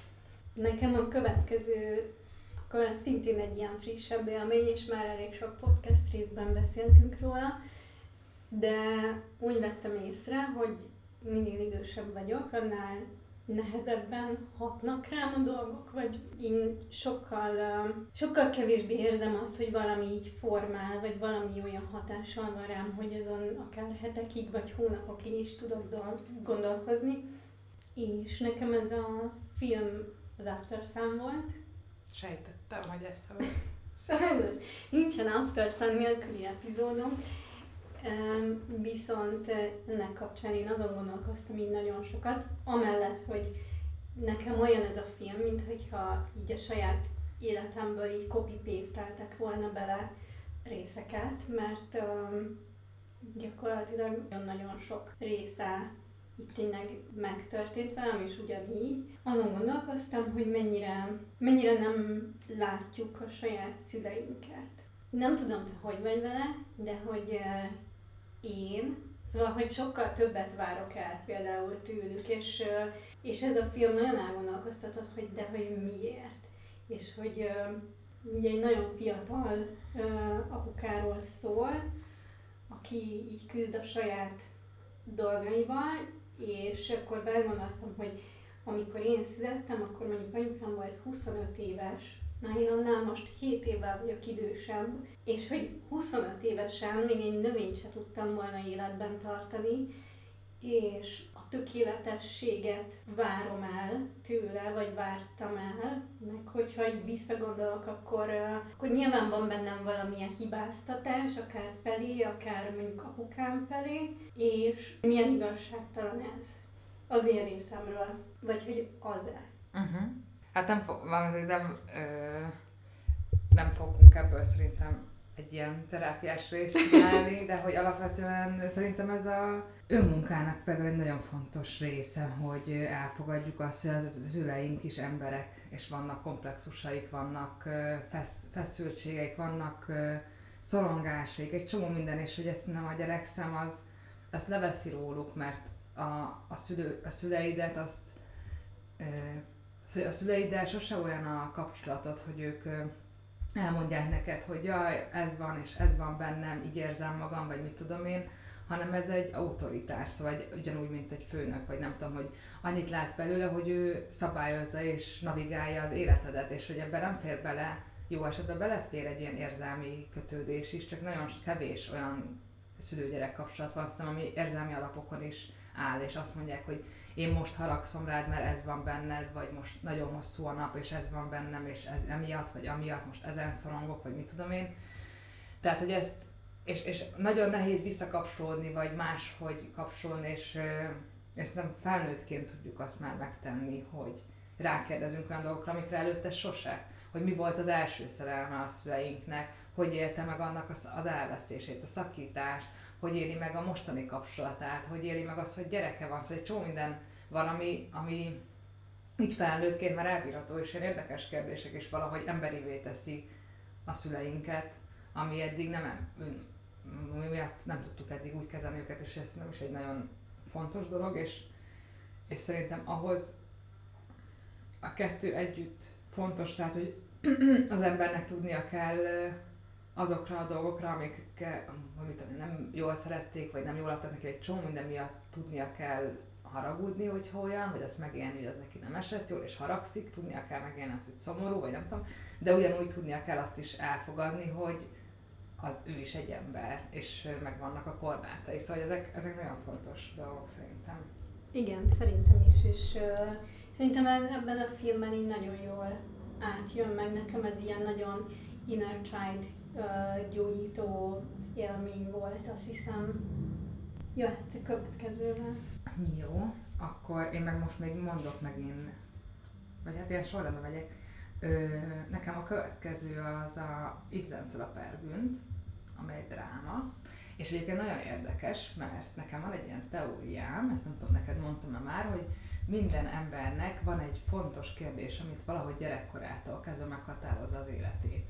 Nekem a következő, akkor szintén egy ilyen frissebb élmény, és már elég sok podcast részben beszéltünk róla, de úgy vettem észre, hogy minél idősebb vagyok, annál nehezebben hatnak rám a dolgok, vagy én sokkal, sokkal kevésbé érzem azt, hogy valami így formál, vagy valami olyan hatással van rám, hogy azon akár hetekig, vagy hónapokig is tudok gondolkozni. És nekem ez a film az After Sun volt. Sejtettem, hogy ezt szavaz. Sajnos nincsen After Sun nélküli epizódom, viszont ennek kapcsán én azon gondolkoztam így nagyon sokat, amellett, hogy nekem olyan ez a film, mintha így a saját életemből így copy-paste-eltek volna bele részeket, mert um, gyakorlatilag nagyon sok része itt tényleg megtörtént velem, és ugyanígy. Azon gondolkoztam, hogy mennyire, mennyire nem látjuk a saját szüleinket. Nem tudom, te hogy vagy vele, de hogy uh, én, szóval, hogy sokkal többet várok el például tőlük, és, és ez a film nagyon elgondolkoztatott, hogy de hogy miért. és hogy ugye egy nagyon fiatal apukáról szól, aki így küzd a saját dolgaival, és akkor belegondoltam, hogy amikor én születtem, akkor mondjuk anyukám volt huszonöt éves, na én annál most hét évvel vagyok idősebb, és hogy huszonöt évesen még egy növényt se tudtam volna életben tartani, és a tökéletességet várom el tőle, vagy vártam el, meg hogyha így visszagondolok, akkor, akkor nyilván van bennem valamilyen hibáztatás, akár felé, akár mondjuk apukám felé, és milyen igazságtalan ez az én részemről, vagy hogy az-e. Uh-huh. Hát nem, fog, nem, ö, nem fogunk ebből szerintem egy ilyen terápiás részt csinálni, de hogy alapvetően szerintem ez a önmunkának például egy nagyon fontos része, hogy elfogadjuk azt, hogy az szüleink is emberek, és vannak komplexusaik, vannak fesz, feszültségeik, vannak szorongásaik, egy csomó minden, és hogy ezt nem a gyerekszem, az azt leveszi róluk, mert a, a, szülő, a szüleidet azt a szüleiddel sose olyan a kapcsolatot, hogy ők elmondják neked, hogy jaj, ez van, és ez van bennem, így érzem magam, vagy mit tudom én, hanem ez egy autoritás, szóval egy, ugyanúgy, mint egy főnök, vagy nem tudom, hogy annyit látsz belőle, hogy ő szabályozza és navigálja az életedet, és hogy ebben nem fér bele, jó esetben belefér egy ilyen érzelmi kötődés is, csak nagyon kevés olyan szülő-gyerek kapcsolat van, aztán ami érzelmi alapokon is áll, és azt mondják, hogy én most haragszom rád, mert ez van benned, vagy most nagyon hosszú a nap, és ez van bennem, és ez emiatt, vagy amiatt, most ezen szorongok, vagy mit tudom én. Tehát, hogy ezt, és, és nagyon nehéz visszakapcsolódni, vagy máshogy kapcsolni, és ezt nem felnőttként tudjuk azt már megtenni, hogy rákérdezünk olyan dolgokra, amikre előtte sose. Hogy mi volt az első szerelme a szüleinknek, hogy élte meg annak az, az elvesztését, a szakítást, hogy éli meg a mostani kapcsolatát, hogy éli meg azt, hogy gyereke van, szóval egy csomó minden van, ami, ami így felnőttként már elbírható, és ilyen érdekes kérdések, és valahogy emberivé teszi a szüleinket, ami eddig nem, mi miatt nem tudtuk eddig úgy kezelni őket, és ez nem is egy nagyon fontos dolog, és, és szerintem ahhoz a kettő együtt fontos, tehát, hogy az embernek tudnia kell azokra a dolgokra, amik amit nem jól szerették, vagy nem jól adtak neki, egy csomó minden miatt tudnia kell haragudni, hogyha olyan, vagy azt megélni, hogy az neki nem esett jól, és haragszik, tudnia kell megélni azt, hogy szomorú, vagy nem tudom, de ugyanúgy tudnia kell azt is elfogadni, hogy az ő is egy ember, és megvannak a korlátai. Szóval ezek, ezek nagyon fontos dolgok szerintem. Igen, szerintem is, és uh, szerintem ebben a filmben így nagyon jól átjön meg, nekem ez ilyen nagyon inner child uh, gyógyító élmény volt, azt hiszem. Jöhet a következővel. Jó, akkor én meg most még mondok megint, vagy hát ilyen sorrendben megyek. Ö, nekem a következő az a Ibsentől a Peer-bűnt, amely egy dráma, és egyébként nagyon érdekes, mert nekem van egy ilyen teóriám, ezt nem tudom, neked mondtam-e már, hogy minden embernek van egy fontos kérdés, amit valahogy gyerekkorától kezdve meghatározza az életét.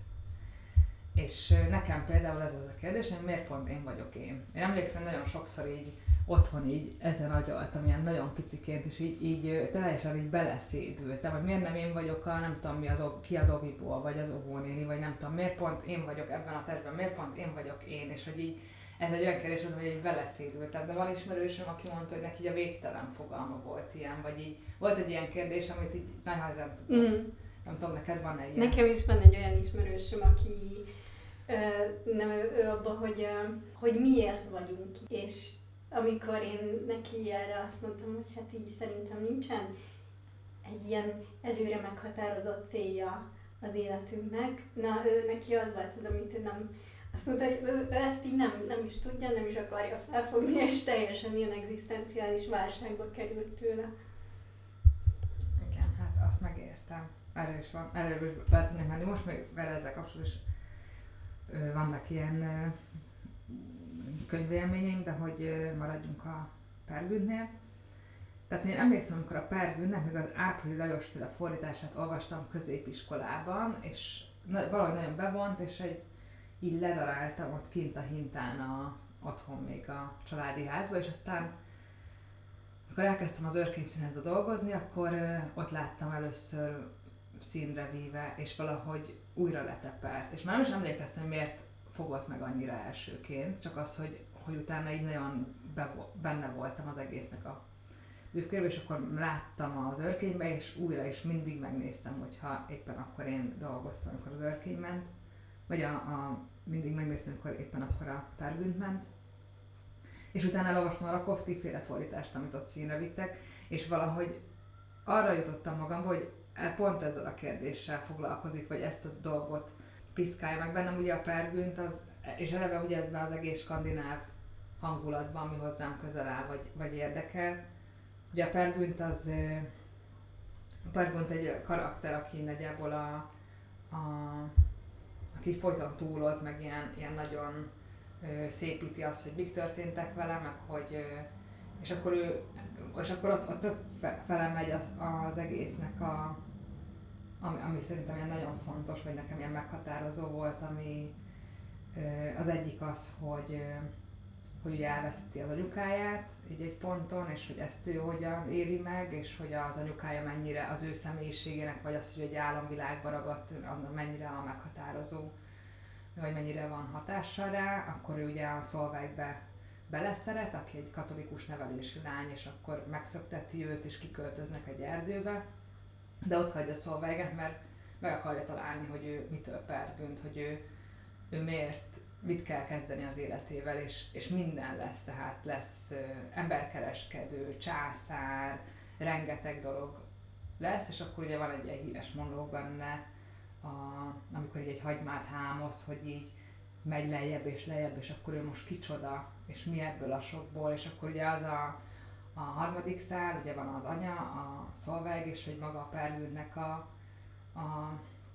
És nekem például ez az a kérdés, hogy miért pont én vagyok én. Én emlékszem, nagyon sokszor így otthon így ezen agyaltam, ilyen nagyon piciként, és így, így teljesen így beleszédültem, hogy miért nem én vagyok a, nem tudom mi az, ki az oviból, vagy az óvónéni, vagy nem tudom, miért pont én vagyok ebben a testben, miért pont én vagyok én, és hogy így ez egy olyan kérdés, hogy így beleszédültem, de van ismerősöm, aki mondta, hogy neki a végtelen fogalma volt ilyen, vagy így volt egy ilyen kérdés, amit így nehezen tudom. Mm. Nem tudom, neked van egy ilyen? Nekem is van egy olyan ismerősöm, aki nem ő, ő abban, hogy, hogy miért vagyunk. És amikor én neki erre azt mondtam, hogy hát így szerintem nincsen egy ilyen előre meghatározott célja az életünknek, na ő neki az volt az, amit ő nem, azt mondta, hogy ő, ő ezt így nem, nem is tudja, nem is akarja felfogni, és teljesen ilyen egzisztenciális válságba került tőle. Igen, hát azt megértem. Erről is van, erről is be tudnék menni. Most még vele ezzel kapcsolatban is vannak ilyen könyvélményeim, de hogy maradjunk a Peer-bűnnél. Tehát én emlékszem, amikor a Peer-bűnnek még az Április Lajos-féle fordítását olvastam középiskolában, és valahogy nagyon bevont, és egy, így ledaráltam ott kint a hintán a, otthon még a családi házba, és aztán amikor elkezdtem az Örkény Színházba dolgozni, akkor ott láttam először színre víve, és valahogy újra letepert. És már nem is emlékeztem, hogy miért fogott meg annyira elsőként, csak az, hogy, hogy utána így nagyon be, benne voltam az egésznek a bűvkörbe, és akkor láttam az Örkénybe, és újra is mindig megnéztem, hogyha éppen akkor én dolgoztam, amikor az Örkény ment, vagy a, a, mindig megnéztem, amikor éppen akkor a Peer Gynt ment. És utána elolvastam a Rakowski féle fordítást, amit ott színre vittek, és valahogy arra jutottam magamba, hogy pont ezzel a kérdéssel foglalkozik, vagy ezt a dolgot piszkálja meg bennem. Ugye a Peer Gynt, az, és eleve ugye ebben az egész skandináv hangulatban, ami hozzám közel áll, vagy, vagy érdekel. Ugye a Peer Gynt az, a Peer Gynt egy karakter, aki nagyjából a, a aki folyton túloz, meg ilyen, ilyen nagyon ö, szépíti azt, hogy mik történtek vele, meg hogy, ö, és akkor ő, és akkor ott, ott több fele megy az, az egésznek a, ami, ami szerintem ilyen nagyon fontos, vagy nekem ilyen meghatározó volt, ami ö, az egyik az, hogy, ö, hogy ugye elveszíti az anyukáját így egy ponton, és hogy ezt ő hogyan éli meg, és hogy az anyukája mennyire az ő személyiségének, vagy az, hogy egy álomvilágba ragadt, mennyire a meghatározó, vagy mennyire van hatással rá, akkor ő ugye a Solveigbe beleszeret, aki egy katolikus nevelésű lány, és akkor megszökteti őt, és kiköltöznek egy erdőbe, de ott hagyja Solveiget, mert meg akarja találni, hogy ő mitől Peer Gynt, hogy ő, ő miért, mit kell kezdeni az életével, és, és minden lesz, tehát lesz ö, emberkereskedő, császár, rengeteg dolog lesz, és akkor ugye van egy ilyen híres monológ benne, a, amikor így egy hagymát hámoz, hogy így megy lejjebb és lejjebb, és akkor ő most kicsoda, és mi ebből a sokból, és akkor ugye az a, a harmadik szál, ugye van az anya, a Solveig, és hogy maga a Peer Gyntnek a, a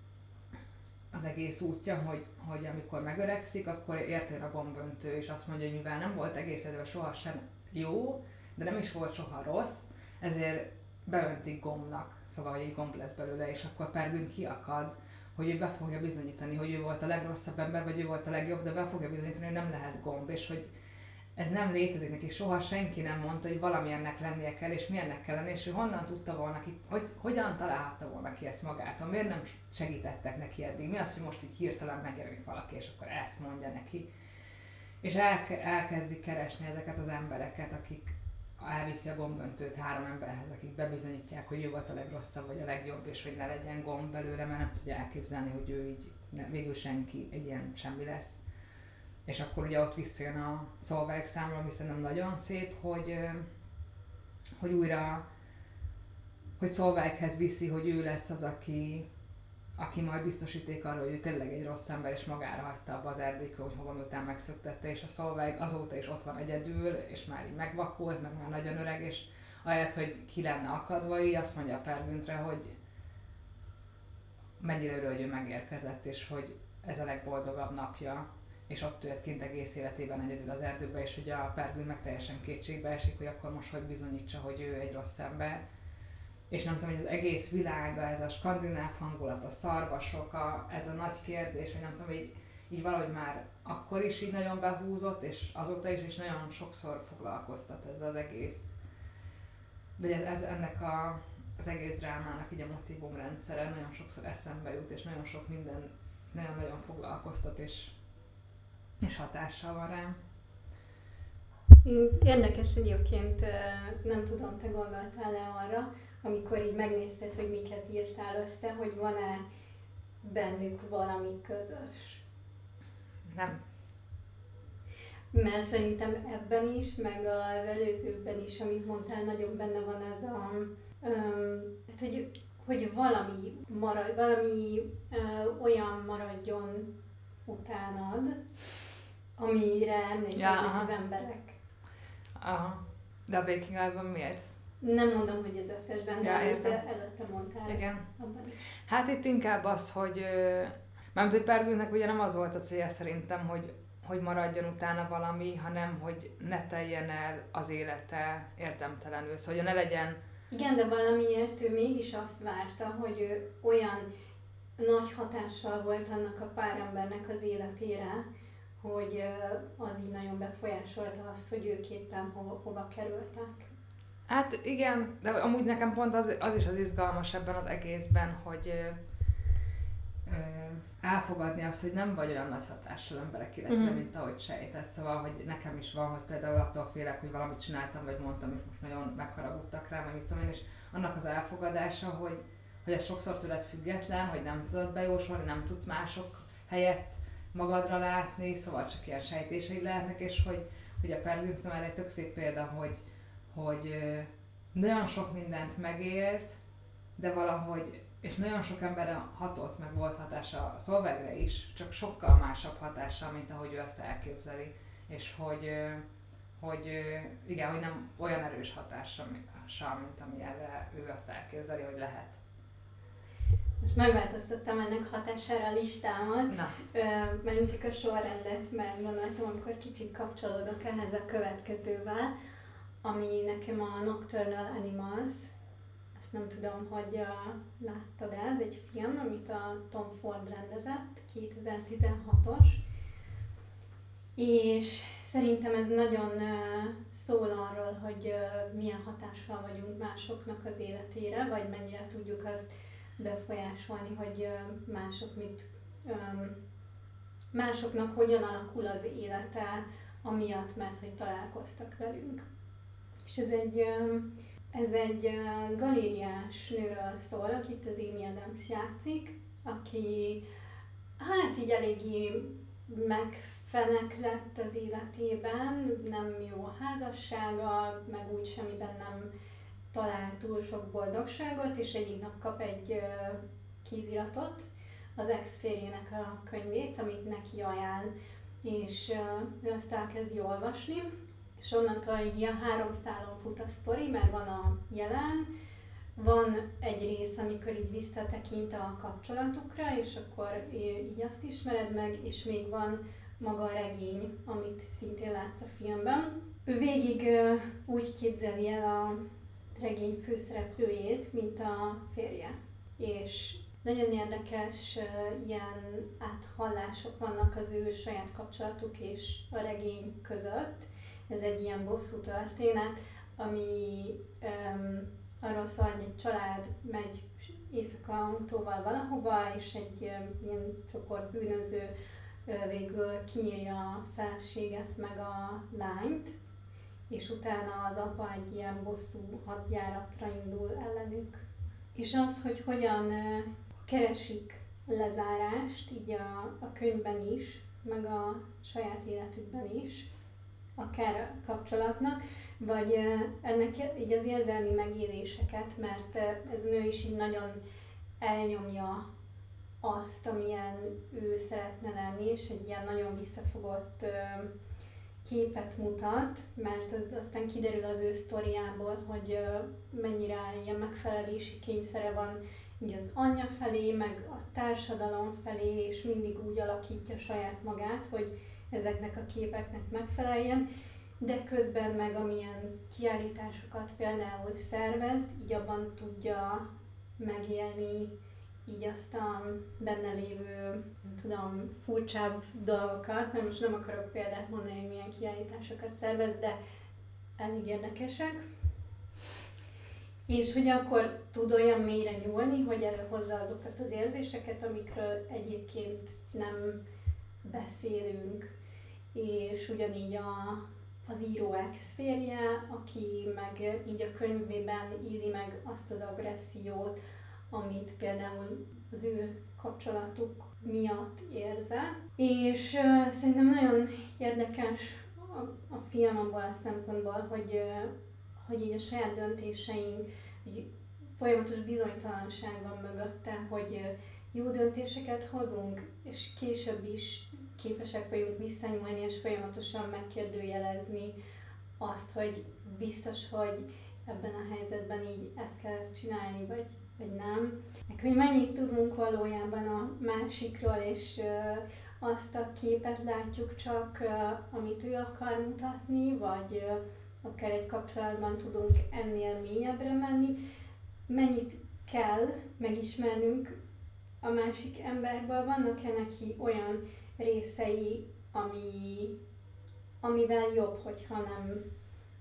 az egész útja, hogy, hogy amikor megöregszik, akkor érte a gomböntő, és azt mondja, hogy mivel nem volt egész időben sohasem jó, de nem is volt soha rossz, ezért beöntik gombnak, szóval, hogy egy gomb lesz belőle, és akkor Peer Gynt kiakad, hogy ő be fogja bizonyítani, hogy ő volt a legrosszabb ember, vagy ő volt a legjobb, de be fogja bizonyítani, hogy nem lehet gomb, és hogy ez nem létezik neki, soha senki nem mondta, hogy valamilyennek lennie kell, és milyennek kell lenni, és ő honnan tudta volna ki, hogy hogyan találhatta volna ki ezt magától, miért nem segítettek neki eddig, mi az, hogy most így hirtelen megjelenik valaki, és akkor ezt mondja neki. És elke, elkezdi keresni ezeket az embereket, akik elviszi a gomböntőt három emberhez, akik bebizonyítják, hogy ő volt a legrosszabb, vagy a legjobb, és hogy ne legyen gomb belőle, mert nem tudja elképzelni, hogy ő így ne, végül senki, egy ilyen semmi lesz. És akkor ugye ott visszajön a Solveig számra, ami szerintem nagyon szép, hogy, hogy újra, hogy Solveighez viszi, hogy ő lesz az, aki, aki majd biztosíték arra, hogy ő tényleg egy rossz ember, és magára hagyta abba az erdélykül, hogy hova miután megszöktette, és a Solveig azóta is ott van egyedül, és már így megvakult, meg már nagyon öreg, és ahelyett, hogy ki lenne akadva, így azt mondja a Peer Gyntre, hogy mennyire örül, hogy ő megérkezett, és hogy ez a legboldogabb napja, és ott tört kint egész életében egyedül az erdőbe, és ugye a Peer Gynt meg teljesen kétségbe esik, hogy akkor most hogy bizonyítsa, hogy ő egy rossz ember. És nem tudom, hogy az egész világa, ez a skandináv hangulat, a szarvasok, a, ez a nagy kérdés, hogy nem tudom, hogy így, így valahogy már akkor is így nagyon behúzott, és azóta is, és nagyon sokszor foglalkoztat ez az egész, vagy ez, ez ennek a, az egész drámának így a motivumrendszere nagyon sokszor eszembe jut, és nagyon sok minden nagyon-nagyon foglalkoztat, és és hatással van rám. Érdekes egyébként, nem tudom, te gondoltál-e arra, amikor így megnézted, hogy miket írtál össze, hogy van-e bennük valami közös? Nem. Mert szerintem ebben is, meg az előzőben is, amit mondtál, nagyon benne van ez a, um, hogy, hogy valami, marad, valami uh, olyan maradjon utánad, amire emlékeznek ja, az emberek. Aha. De a Waking Life-ban miért? Nem mondom, hogy az összesben, de ja, amit előtte mondtál. Igen. Abban is. Hát itt inkább az, hogy mármint, hogy Peer Gyntnek ugye nem az volt a célja szerintem, hogy, hogy maradjon utána valami, hanem hogy ne teljen el az élete érdemtelenül. Szóval, hogy ne legyen... Igen, de valamiért ő mégis azt várta, hogy ő olyan nagy hatással volt annak a pár embernek az életére, hogy az így nagyon befolyásolta azt, hogy ők éppen ho- hova kerültek. Hát igen, de amúgy nekem pont az, az is az izgalmas ebben az egészben, hogy ö, ö, elfogadni azt, hogy nem vagy olyan nagy hatással emberek életére, mm. mint ahogy sejtett. Szóval, hogy nekem is van, hogy például attól félek, hogy valamit csináltam, vagy mondtam, és most nagyon megharagudtak rá, vagy mit tudom én, és annak az elfogadása, hogy, hogy ez sokszor tőled független, hogy nem tudod bejósolni, nem tudsz mások helyett magadra látni, szóval csak ilyen sejtéseid lehetnek, és hogy, hogy a Per Günther már egy tök szép példa, hogy, hogy nagyon sok mindent megélt, de valahogy, és nagyon sok emberre hatott, meg volt hatása a Solveigre is, csak sokkal másabb hatással, mint ahogy ő azt elképzeli, és hogy, hogy igen, hogy nem olyan erős hatással, mint amilyenre ő azt elképzeli, hogy lehet. Most megváltoztattam ennek hatására a listámat, Na. mert csak a sorrendet, mert gondoltam, amikor kicsit kapcsolódok ehhez a következővel, ami nekem a Nocturnal Animals, azt nem tudom, hogy uh, láttad, ez egy film, amit a Tom Ford rendezett, kétezer-tizenhatos, és szerintem ez nagyon uh, szól arról, hogy uh, milyen hatással vagyunk másoknak az életére, vagy mennyire tudjuk azt befolyásolni, hogy uh, mások mit, um, másoknak hogyan alakul az élete, amiatt, mert hogy találkoztak velünk. És ez egy, ez egy galériás nőről szól, akit az Amy Adams játszik, aki hát így eléggé megfenek lett az életében, nem jó a házassága, meg úgy semmiben nem talál túl sok boldogságot, és egyik nap kap egy kéziratot, az ex-férjének a könyvét, amit neki ajánl, és ő azt elkezdi olvasni, és onnantól egy ilyen három szálon fut a sztori, mert van a jelen, van egy rész, amikor így visszatekint a kapcsolatukra, és akkor így azt ismered meg, és még van maga a regény, amit szintén látsz a filmben. Ő végig úgy képzeli el a regény főszereplőjét, mint a férje. És nagyon érdekes ilyen áthallások vannak az ő saját kapcsolatuk és a regény között. Ez egy ilyen bosszú történet, ami um, arról szól, hogy egy család megy éjszaka autóval valahova, és egy um, ilyen csoport bűnöző uh, végül kinyírja a feleséget meg a lányt, és utána az apa egy ilyen bosszú hadjáratra indul ellenük. És az, hogy hogyan uh, keresik lezárást, így a, a könyvben is, meg a saját életükben is, akár a kapcsolatnak, vagy ennek így az érzelmi megéléseket, mert ez a nő is így nagyon elnyomja azt, amilyen ő szeretne lenni, és egy ilyen nagyon visszafogott képet mutat, mert az aztán kiderül az ő sztoriából, hogy mennyire ilyen megfelelési kényszere van így az anyja felé, meg a társadalom felé, és mindig úgy alakítja saját magát, hogy ezeknek a képeknek megfeleljen, de közben meg amilyen kiállításokat például szervez, így abban tudja megélni így azt a benne lévő, nem tudom, furcsább dolgokat, mert most nem akarok példát mondani, hogy milyen kiállításokat szervez, de elég érdekesek. És hogy akkor tud olyan mélyre nyúlni, hogy előhozza azokat az érzéseket, amikről egyébként nem beszélünk. És ugyanígy a, az író ex-férje, aki meg így a könyvében éli meg azt az agressziót, amit például az ő kapcsolatuk miatt érzett. És uh, szerintem nagyon érdekes a, a film abból a szempontból, hogy, uh, hogy így a saját döntéseink, hogy folyamatos bizonytalanság van mögötte, hogy uh, jó döntéseket hozunk, és később is képesek vagyunk visszanyúlni, és folyamatosan megkérdőjelezni azt, hogy biztos, hogy ebben a helyzetben így ezt kell csinálni, vagy, vagy nem. Meg hogy mennyit tudunk valójában a másikról, és uh, azt a képet látjuk csak, uh, amit ő akar mutatni, vagy uh, akár egy kapcsolatban tudunk ennél mélyebbre menni. Mennyit kell megismernünk a másik emberből, vannak-e neki olyan részei, ami, amivel jobb, hogyha nem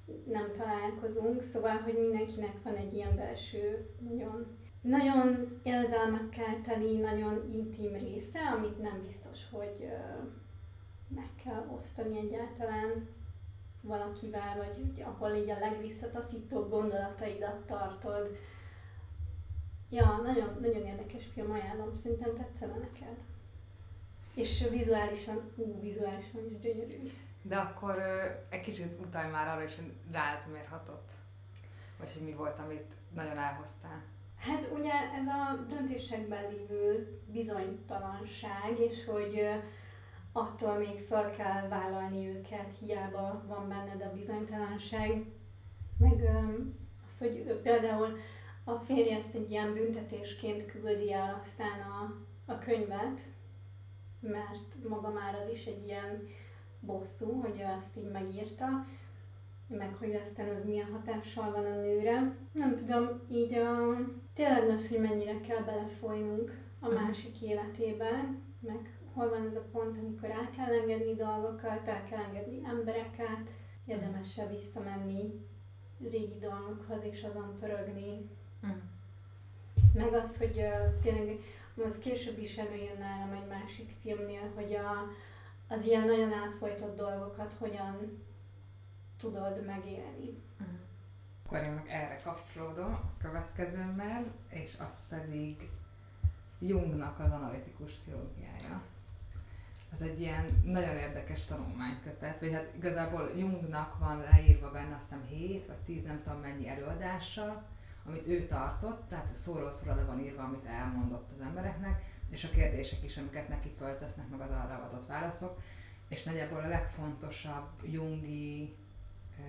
nem találkozunk, szóval, hogy mindenkinek van egy ilyen belső, nagyon, nagyon érzelmekkel teli, nagyon intim része, amit nem biztos, hogy uh, meg kell osztani egyáltalán valakivel, vagy úgy, ahol így a legvisszataszítóbb gondolataidat tartod. Ja, nagyon, nagyon érdekes film, ajánlom, szerintem tetszene neked. És vizuálisan, ú, vizuálisan is gyönyörű. De akkor ö, egy kicsit utalj már arra is, hogy rád miért hatott? Vagy hogy mi volt, amit nagyon elhoztál? Hát ugye ez a döntésekben lévő bizonytalanság, és hogy ö, attól még fel kell vállalni őket, hiába van benned a bizonytalanság. Meg ö, az, hogy ö, például a férje ezt egy ilyen büntetésként küldi el aztán a, a könyvet, mert maga már az is egy ilyen bosszú, hogy ő ezt így megírta, meg hogy aztán az milyen hatással van a nőre. Nem tudom, így a, tényleg az, hogy mennyire kell belefolynunk a másik életébe, meg hol van ez a pont, amikor el kell engedni dolgokat, el kell engedni embereket, érdemes-e visszamenni régi dolgokhoz és azon pörögni. Mm. Meg az, hogy uh, tényleg, az később is előjön nálam egy másik filmnél, hogy a, az ilyen nagyon elfojtott dolgokat hogyan tudod megélni. Mm. Akkor én meg erre kapcsolódom a következőmmel, és az pedig Jungnak az analitikus pszichológiája. Az egy ilyen nagyon érdekes tanulmánykötet, vagy hát igazából Jungnak van leírva benne azt hiszem hét vagy tíz nem tudom mennyi előadása, amit ő tartott, tehát szóról szóra le van írva, amit elmondott az embereknek, és a kérdések is, amiket neki föltesznek, meg az arra adott válaszok, és nagyjából a legfontosabb jungi ö,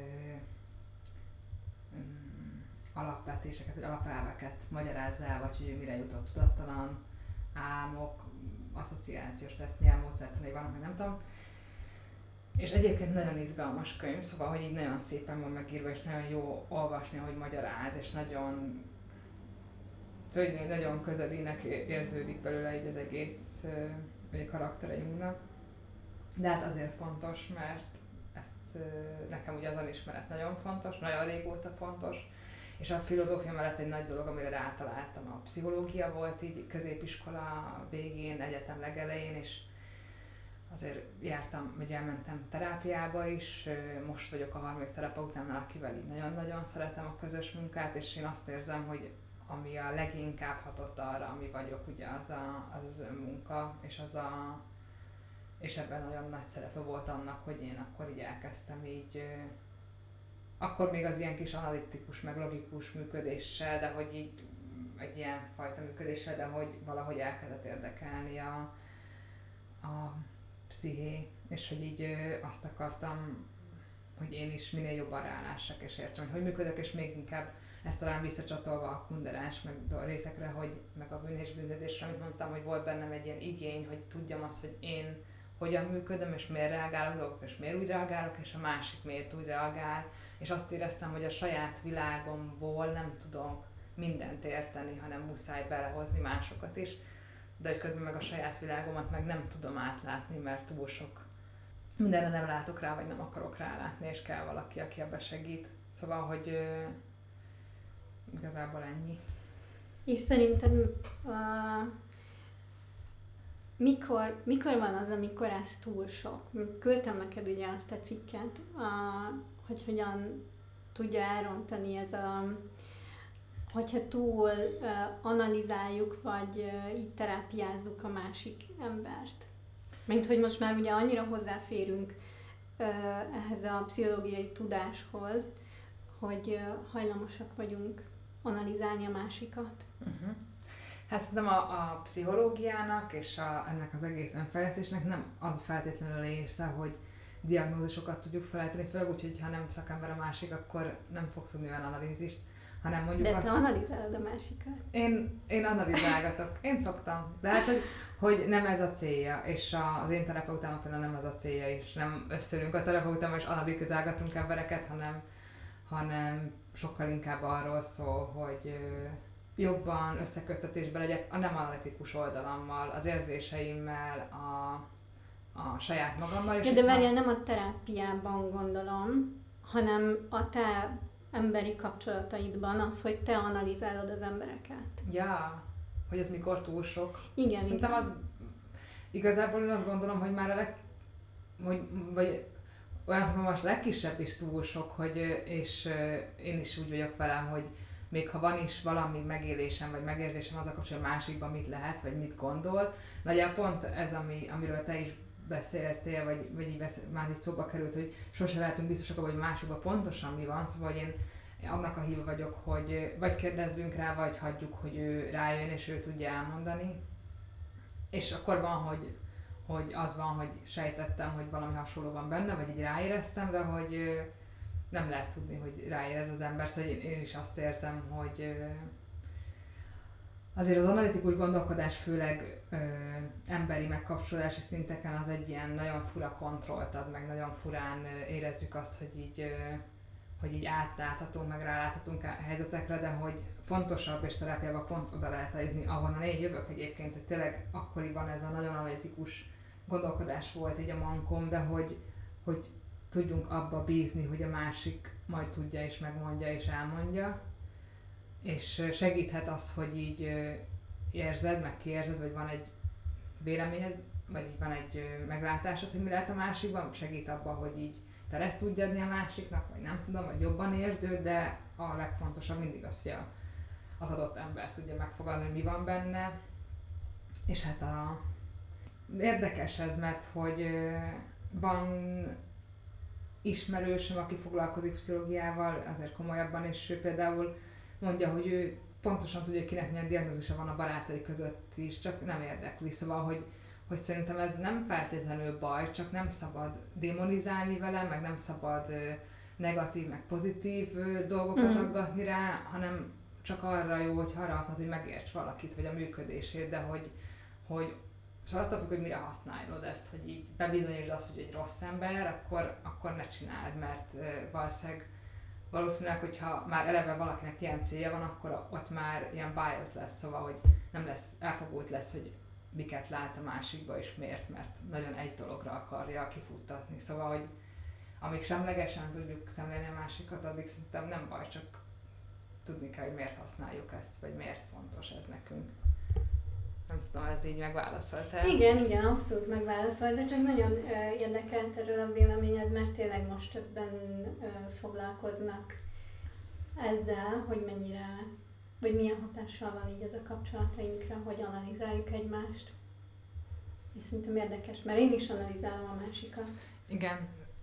ö, alapvetéseket, vagy alapelveket magyarázza el, vagy hogy ő mire jutott, tudattalan, álmok, asszociációs teszt, milyen módszertanai vannak, meg nem tudom. És egyébként nagyon izgalmas könyv, szóval, hogy így nagyon szépen van megírva, és nagyon jó olvasni, ahogy magyaráz, és nagyon, szóval nagyon közelinek érződik belőle így az egész vagy a karaktere Jungnak. De hát azért fontos, mert ezt nekem ugye az önismeret nagyon fontos, nagyon régóta fontos, és a filozófia mellett egy nagy dolog, amire rátaláltam, a pszichológia volt így középiskola végén, egyetem legelején, és azért jártam, vagy elmentem terápiába is, most vagyok a harmadik terapeutánál, akivel így nagyon-nagyon szeretem a közös munkát, és én azt érzem, hogy ami a leginkább hatott arra, ami vagyok, ugye az a, az, az önmunka, és az a, és ebben nagyon nagy szerepe volt annak, hogy én akkor így elkezdtem így, akkor még az ilyen kis analitikus, meg logikus működéssel, de hogy így egy ilyen fajta működéssel, de hogy valahogy elkezdett érdekelni a, a psziché, és hogy így ö, azt akartam, hogy én is minél jobban rálássak, és értsem, hogy hogy működök, és még inkább ezt talán visszacsatolva a kunderás meg a részekre, hogy meg a bűn és büntetésre, amit mondtam, hogy volt bennem egy ilyen igény, hogy tudjam azt, hogy én hogyan működöm, és miért reagálok dolgok, és miért úgy reagálok, és a másik miért úgy reagál, és azt éreztem, hogy a saját világomból nem tudok mindent érteni, hanem muszáj belehozni másokat is, de hogy közben meg a saját világomat meg nem tudom átlátni, mert túl sok mindenre nem látok rá, vagy nem akarok rálátni, és kell valaki, aki ebbe segít. Szóval, hogy ö, igazából ennyi. És szerinted uh, mikor, mikor van az, amikor ez túl sok? Küldtem neked ugye azt a cikket, uh, hogy hogyan tudja elrontani ez a, hogyha túl uh, analizáljuk, vagy uh, így terápiázzuk a másik embert. Mint hogy most már ugye annyira hozzáférünk uh, ehhez a pszichológiai tudáshoz, hogy uh, hajlamosak vagyunk analizálni a másikat. Uh-huh. Hát szerintem a, a pszichológiának és a, ennek az egész önfejlesztésnek nem az feltétlenül része, hogy diagnózisokat tudjuk felállítani, főleg úgy, hogy ha nem szakember a másik, akkor nem fogsz tudni olyan analízist, hanem mondjuk de azt... te analizálod a másikat. Én, én analizálgatok. Én szoktam. De hát, hogy, hogy nem ez a célja, és a, az én terapeutámnak például nem ez a célja, és nem összeülünk a terapeutámmal, és analizálgatunk embereket, hanem, hanem sokkal inkább arról szól, hogy jobban összeköttetésben legyek a nem analitikus oldalammal, az érzéseimmel, a, a saját magammal. És ja, de várjál, nem a terápiában gondolom, hanem a te emberi kapcsolataidban az, hogy te analizálod az embereket. Ja, hogy ez mikor túl sok. Igen, Szerintem igen. az igazából én azt gondolom, hogy már a leg, hogy, vagy olyan szóval most legkisebb is túl sok, hogy, és én is úgy vagyok vele, hogy még ha van is valami megélésem, vagy megérzésem az a kapcsolatban, hogy másikban mit lehet, vagy mit gondol, nagyjából pont ez, ami, amiről te is beszéltél, vagy, vagy így beszél, már így szóba került, hogy sose lehetünk biztosak abban, hogy másikban pontosan mi van, szóval én annak a híva vagyok, hogy vagy kérdezzünk rá, vagy hagyjuk, hogy ő rájön, és ő tudja elmondani. És akkor van, hogy, hogy az van, hogy sejtettem, hogy valami hasonló van benne, vagy így ráéreztem, de hogy nem lehet tudni, hogy ráérez az ember, szóval én, én is azt érzem, hogy azért az analitikus gondolkodás, főleg ö, emberi megkapcsolódási szinteken az egy ilyen nagyon fura kontrollt ad, meg nagyon furán ö, érezzük azt, hogy így, ö, hogy így átláthatunk, meg ráláthatunk a helyzetekre, de hogy fontosabb, és terápiában pont oda lehet eljutni, ahonnan én jövök egyébként, hogy tényleg akkoriban ez a nagyon analitikus gondolkodás volt így a mankom, de hogy, hogy tudjunk abba bízni, hogy a másik majd tudja és megmondja és elmondja, és segíthet az, hogy így érzed, meg kiérzed, vagy van egy véleményed, vagy így van egy meglátásod, hogy mi lehet a másikban, segít abban, hogy így teret tudja adni a másiknak, vagy nem tudom, vagy jobban értsd őt, de a legfontosabb mindig az, hogy az adott ember tudja megfogalmazni, hogy mi van benne. És hát a... érdekes ez, mert hogy van ismerősöm, aki foglalkozik pszichológiával, azért komolyabban, és ő például mondja, hogy ő pontosan tudja, hogy kinek milyen diagnózisa van a barátai között is, csak nem érdekli. Szóval, hogy, hogy szerintem ez nem feltétlenül baj, csak nem szabad démonizálni vele, meg nem szabad negatív, meg pozitív dolgokat mm. aggatni rá, hanem csak arra jó, hogy arra használod, hogy megérts valakit, vagy a működését, de hogy, hogy szóval attól függ, hogy mire használod ezt, hogy így bebizonyítsd azt, hogy egy rossz ember, akkor, akkor ne csináld, mert valószínűleg, valószínűleg, hogyha már eleve valakinek ilyen célja van, akkor ott már ilyen bias lesz, szóval, hogy nem lesz, elfogult lesz, hogy miket lát a másikba és miért, mert nagyon egy dologra akarja kifuttatni. Szóval, hogy amíg semlegesen tudjuk szemlélni a másikat, addig szerintem nem baj, csak tudni kell, hogy miért használjuk ezt, vagy miért fontos ez nekünk. Nem tudom, ez így megválaszoltál? Igen, igen, abszolút megválaszolt, de csak nagyon uh, érdekelt erről a véleményed, mert tényleg most többen uh, foglalkoznak ezzel, hogy mennyire, vagy milyen hatással van így ez a kapcsolatainkra, hogy analizáljuk egymást. És szerintem érdekes, mert én is analizálom a másikat. Igen.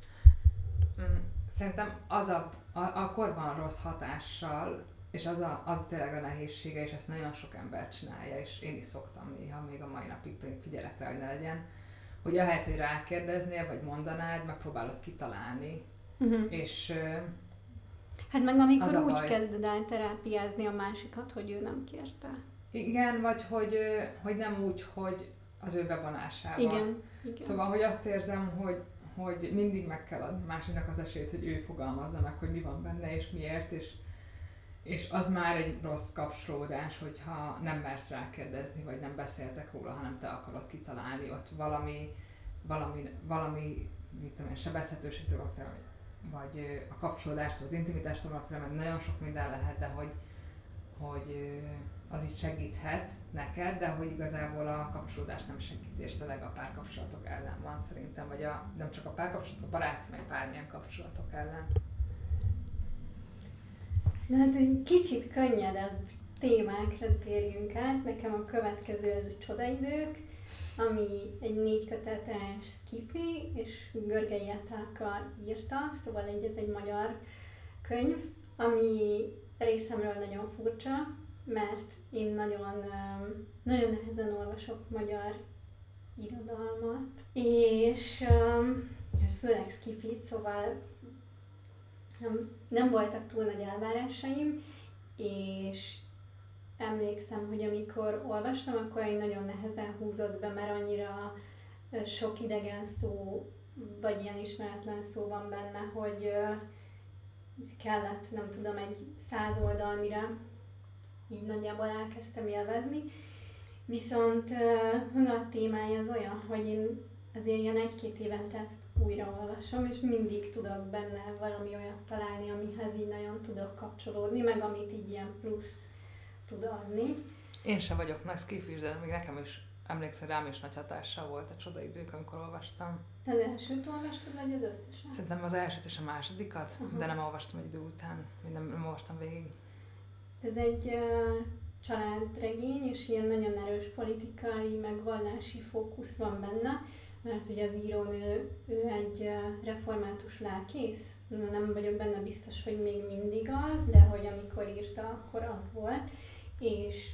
Szerintem az a, a, akkor van rossz hatással, és az, a, az tényleg a nehézsége, és ezt nagyon sok ember csinálja, és én is szoktam néha, még a mai napig figyelek rá, hogy ne legyen, hogy ahelyett, hogy rákérdeznél, vagy mondanád, megpróbálod kitalálni, uh-huh. és hát meg amikor úgy baj. Kezded el terápiázni a másikat, hogy ő nem kérte. Igen, vagy hogy, hogy nem úgy, hogy az ő bevonásával. Igen, igen. Szóval, hogy azt érzem, hogy, hogy mindig meg kell adni másiknak az esélyt, hogy ő fogalmazza meg, hogy mi van benne, és miért, és És az már egy rossz kapcsolódás, hogyha nem mersz rákérdezni, vagy nem beszéltek róla, hanem te akarod kitalálni, ott valami, valami, valami mit tudom én, sebezhetőségtől van fel, vagy a kapcsolódástól, az intimitástól van fel, mert nagyon sok minden lehet, de hogy, hogy az is segíthet neked, de hogy igazából a kapcsolódás nem segít, és tényleg a párkapcsolatok ellen van szerintem, vagy a, nem csak a párkapcsolatok, a barát, meg bármilyen kapcsolatok ellen. Na hát egy kicsit könnyedebb témákra térjünk át. Nekem a következő ez a Csodaidők, ami egy négy kötetes sci-fi, és Görgei Etelka írta, szóval egy, ez egy magyar könyv, ami részemről nagyon furcsa, mert én nagyon, nagyon nehezen olvasok magyar irodalmat, és főleg sci-fi, szóval Nem, nem voltak túl nagy elvárásaim, és emlékszem, hogy amikor olvastam, akkor egy nagyon nehezen húzott be, mert annyira sok idegen szó, vagy ilyen ismeretlen szó van benne, hogy kellett, nem tudom, egy száz oldal, mire így nagyjából elkezdtem élvezni. Viszont a témája az olyan, hogy én azért ilyen egy-két évente ezt újraolvasom, és mindig tudok benne valami olyat találni, amihez így nagyon tudok kapcsolódni, meg amit így ilyen pluszt tud adni. Én sem vagyok nagy skifis, de még nekem is emlékszem, rám is nagy hatással volt a Csodaidők, amikor olvastam. Te az elsőt olvastad, vagy az összesen? Szerintem az elsőt és a másodikat, Aha. de nem olvastam egy idő után, nem, nem olvastam végig. Ez egy uh, családregény, és ilyen nagyon erős politikai, meg vallási fókusz van benne, mert ugye az írónő, ő egy uh, református lelkész, nem vagyok benne biztos, hogy még mindig az, de hogy amikor írta, akkor az volt, és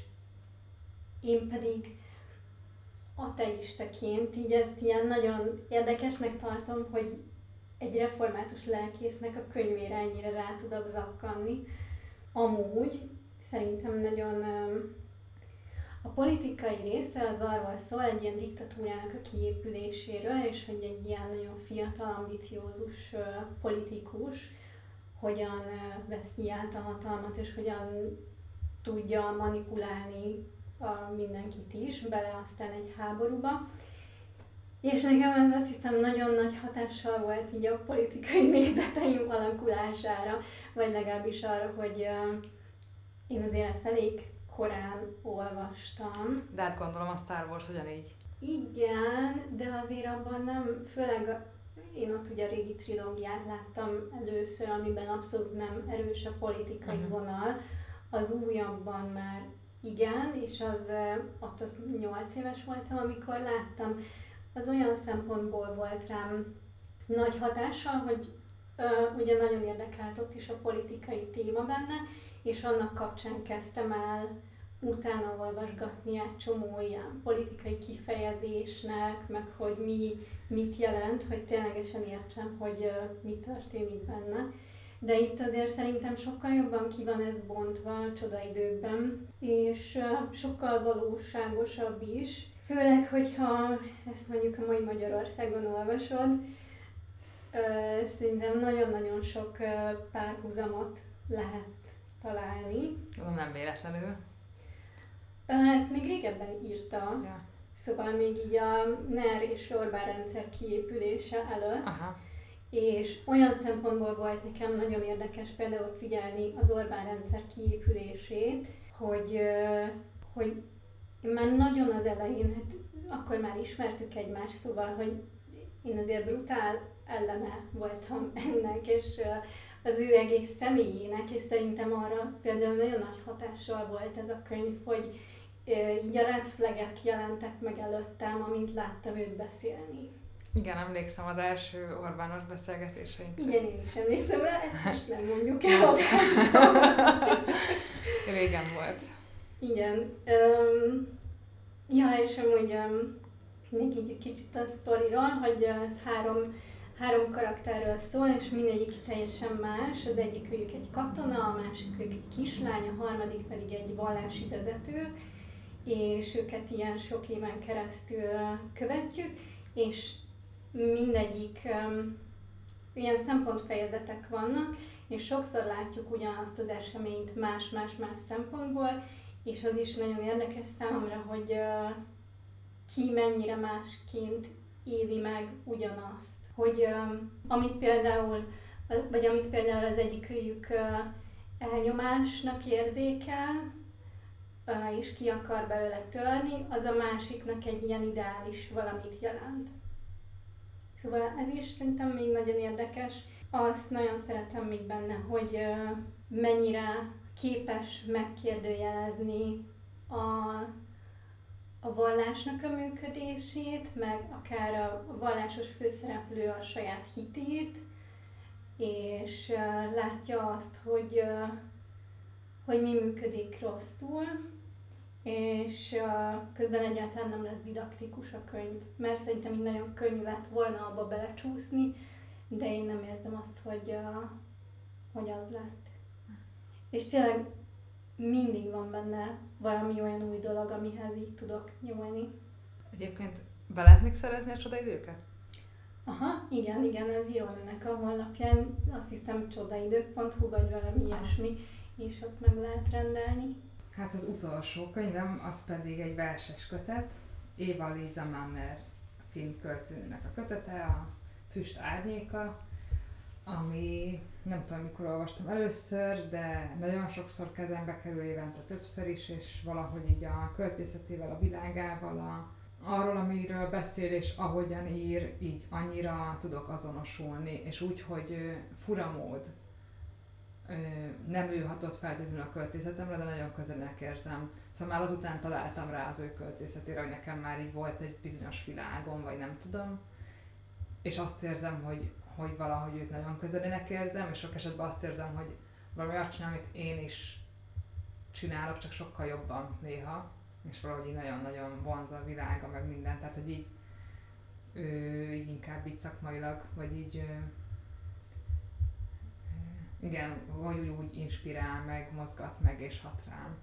én pedig ateistaként így ezt ilyen nagyon érdekesnek tartom, hogy egy református lelkésznek a könyvére ennyire rá tudok zakkanni. Amúgy szerintem nagyon a politikai része az arról szól, egy ilyen diktatúrának a kiépüléséről, és hogy egy ilyen nagyon fiatal, ambiciózus politikus hogyan veszi át a hatalmat, és hogyan tudja manipulálni a mindenkit is, bele aztán egy háborúba. És nekem ez azt hiszem nagyon nagy hatással volt így a politikai nézeteim alakulására, vagy legalábbis arra, hogy uh, én azért ezt elég korán olvastam. De hát gondolom a Star Wars ugyanígy. Igen, de azért abban nem, főleg a, én ott ugye a régi trilógiát láttam először, amiben abszolút nem erős a politikai uh-huh. vonal. Az újabban már igen, és az, ott az nyolc éves voltam, amikor láttam. Az olyan szempontból volt rám nagy hatással, hogy ö, ugye nagyon érdekelt ott is a politikai téma benne, és annak kapcsán kezdtem el utána olvasgatni egy csomó ilyen politikai kifejezésnek, meg hogy mi, mit jelent, hogy ténylegesen értsem, hogy ö, mi történik benne. De itt azért szerintem sokkal jobban ki van ez bontva a Csodaidőkben, és uh, sokkal valóságosabb is. Főleg, hogyha ezt mondjuk a mai Magyarországon olvasod, uh, szerintem nagyon-nagyon sok uh, párhuzamot lehet találni. Tudom, nem véletlenül. Uh, ezt még régebben írta, Ja. Szóval még így a en e er és Orbán rendszer kiépülése előtt. Aha. És olyan szempontból volt nekem nagyon érdekes például figyelni az Orbán rendszer kiépülését, hogy, hogy már nagyon az elején, hát akkor már ismertük egymást, szóval, hogy én azért brutál ellene voltam ennek, és az ő egész személyének, és szerintem arra például nagyon nagy hatással volt ez a könyv, hogy így a red flagek jelentek meg előttem, amint láttam őt beszélni. Igen, emlékszem az első Orbános beszélgetéseinkre. Igen, én is emlékszem rá, ezt most nem mondjuk el adásban. Régen volt. Igen. Um, ja, és amúgy um, még így kicsit a sztoriról, hogy ez három, három karakterről szól, és mindegyik teljesen más. Az egyik őjük egy katona, a másik őjük egy kislány, a harmadik pedig egy vallási vezető, és őket ilyen sok éven keresztül követjük, és mindegyik um, ilyen szempontfejezetek vannak, és sokszor látjuk ugyanazt az eseményt más-más-más szempontból, és az is nagyon érdekes számomra, hogy uh, ki mennyire másként éli meg ugyanazt. Hogy um, amit például, vagy amit például az egyik őjük uh, elnyomásnak érzékel, uh, és ki akar belőle törni, az a másiknak egy ilyen ideális valamit jelent. Szóval ez is szerintem még nagyon érdekes. Azt nagyon szeretem még benne, hogy uh, mennyire képes megkérdőjelezni a, a vallásnak a működését, meg akár a vallásos főszereplő a saját hitét, és uh, látja azt, hogy, uh, hogy mi működik rosszul, és uh, közben egyáltalán nem lesz didaktikus a könyv, mert szerintem így nagyon könnyű lett volna abba belecsúszni, de én nem érzem azt, hogy, uh, hogy az lett. És tényleg mindig van benne valami olyan új dolog, amihez így tudok nyúlni. Egyébként be lehet még szeretni a Csodaidőket? Aha, igen, igen, az írónőnek a honlapján, azt hiszem csodaidők pont hu vagy valami ilyesmi, és ott meg lehet rendelni. Hát az utolsó könyvem, az pedig egy verses kötet, Eva Lisa Manner finn költőnőnek a kötete, a Füst árnyéka, ami nem tudom mikor olvastam először, de nagyon sokszor kezembe kerül évente többször is, és valahogy így a költészetével, a világával, a, arról, amiről beszél, és ahogyan ír, így annyira tudok azonosulni, és úgy, hogy fura mód nem ő hatott feltétlenül a költészetemre, de nagyon közelnek érzem. Szóval már azután találtam rá az ő költészetére, hogy nekem már így volt egy bizonyos világom, vagy nem tudom. És azt érzem, hogy, hogy valahogy őt nagyon közelének érzem, és sok esetben azt érzem, hogy valami olyat csinál, amit én is csinálok, csak sokkal jobban néha. És valahogy így nagyon-nagyon vonz a világa, meg minden. Tehát, hogy így, ő, így inkább így szakmailag, vagy így igen, hogy úgy, úgy inspirál meg, mozgat meg és hat rám.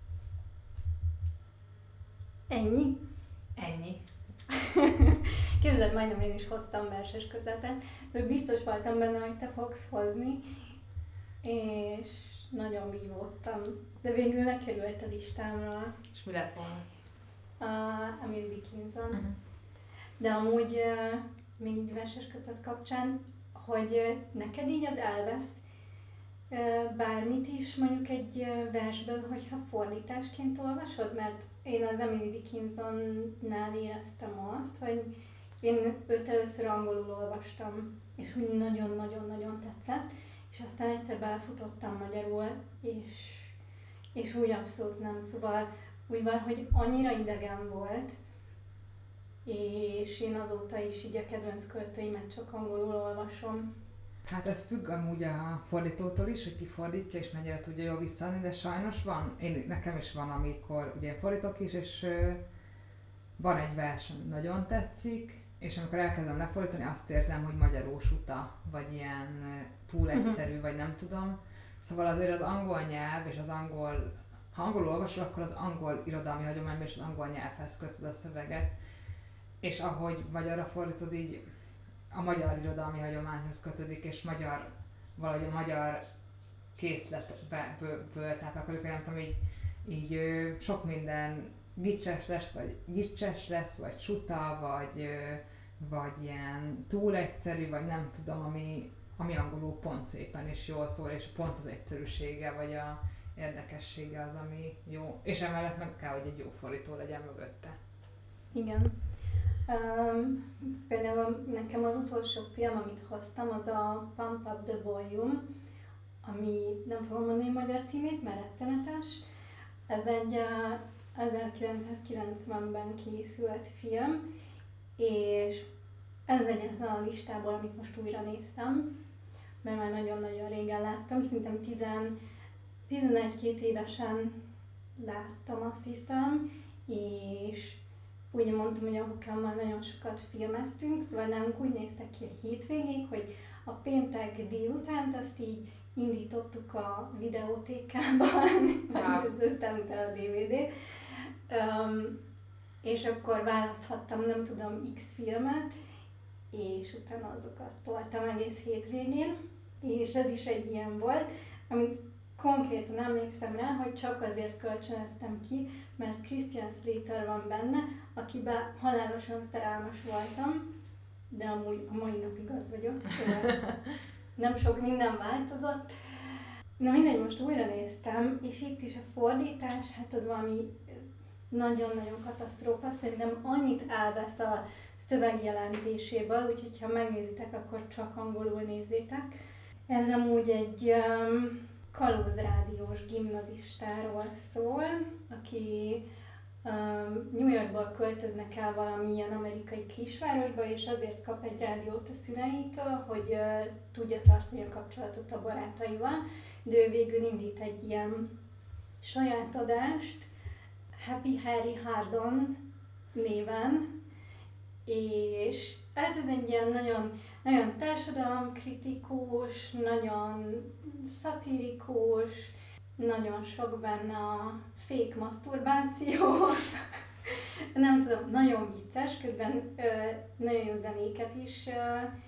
Ennyi? Ennyi. Képzeld, majdnem én is hoztam verses kötetet, hogy biztos voltam benne, hogy te fogsz hozni, és nagyon vívódtam. De végül lekerült a listámra. És mi lett volna? Uh, Emily Dickinson. Uh-huh. De amúgy uh, még így verses kötet kapcsán, hogy uh, neked így az elvesz uh, bármit is mondjuk egy uh, versből, hogyha fordításként olvasod, mert én az Emily Dickinsonnál éreztem azt, hogy én őt először angolul olvastam, és úgy nagyon-nagyon-nagyon tetszett, és aztán egyszer belfutottam magyarul, és, és úgy abszolút nem, szóval úgy van, hogy annyira idegen volt, és én azóta is így a kedvenc költőimet csak angolul olvasom. Hát ez függ amúgy a fordítótól is, hogy ki fordítja, és mennyire tudja jól visszaadni, de sajnos van, én, nekem is van, amikor ugye én fordítok is, és ö, van egy vers, ami nagyon tetszik, és amikor elkezdem lefordítani, azt érzem, hogy magyarul suta, vagy ilyen ö, túl egyszerű, uh-huh. vagy nem tudom. Szóval azért az angol nyelv, és az angol, ha angolul olvasol, akkor az angol irodalmi hagyományban és az angol nyelvhez kötöd a szöveget, és ahogy magyarra fordítod, így a magyar irodalmi hagyományhoz kötődik, és magyar, valahogy a magyar készletből táplálkozik, nem tudom, így, így sok minden gicses lesz, vagy gicses lesz, vagy suta, vagy, vagy ilyen túl egyszerű, vagy nem tudom, ami, ami angolul pont szépen is jól szól, és pont az egyszerűsége, vagy a érdekessége az, ami jó. És emellett meg kell, hogy egy jó fordító legyen mögötte. Igen. Um, például nekem az utolsó film, amit hoztam, az a Pump Up the Volume, ami nem fogom mondani magyar címét, mert rettenetes. Ez egy uh, ezerkilencszázkilencvenben készült film, és ez egy az a listából, amit most újra néztem, mert már nagyon-nagyon régen láttam, szerintem tizenegy-két évesen láttam, azt hiszem, és úgy mondtam, hogy apukámmal nagyon sokat filmeztünk, szóval nálunk úgy néztek ki a hétvégék, hogy a péntek délutánt azt így indítottuk a videótékában, vagy aztán utána a dé vé dé, um, és akkor választhattam, nem tudom, X filmet, és utána azokat toltam egész hétvégén, és ez is egy ilyen volt, amit konkrétan emlékszem rá, hogy csak azért kölcsönöztem ki, mert Christian Slater van benne, akiben halálosan szerelmes voltam, de amúgy a mai napig az vagyok, nem sok minden változott. Na mindegy, most újra néztem, és itt is a fordítás, hát az valami nagyon-nagyon katasztrófa, szerintem annyit elvesz a szöveg jelentéséből, úgyhogy ha megnézitek, akkor csak angolul nézzétek. Ez amúgy egy um, kalózrádiós gimnazistáról szól, aki um, New Yorkból költöznek el valamilyen amerikai kisvárosba, és azért kap egy rádiót a szüleitől, hogy uh, tudja tartani a kapcsolatot a barátaival, de ő végül indít egy ilyen saját adást, Happy Harry Hardon néven, és hát ez egy ilyen nagyon, nagyon társadalomkritikus, nagyon szatirikus, nagyon sok benne a fake maszturbáció, nem tudom, nagyon vicces, közben ö, nagyon jó zenéket is ö,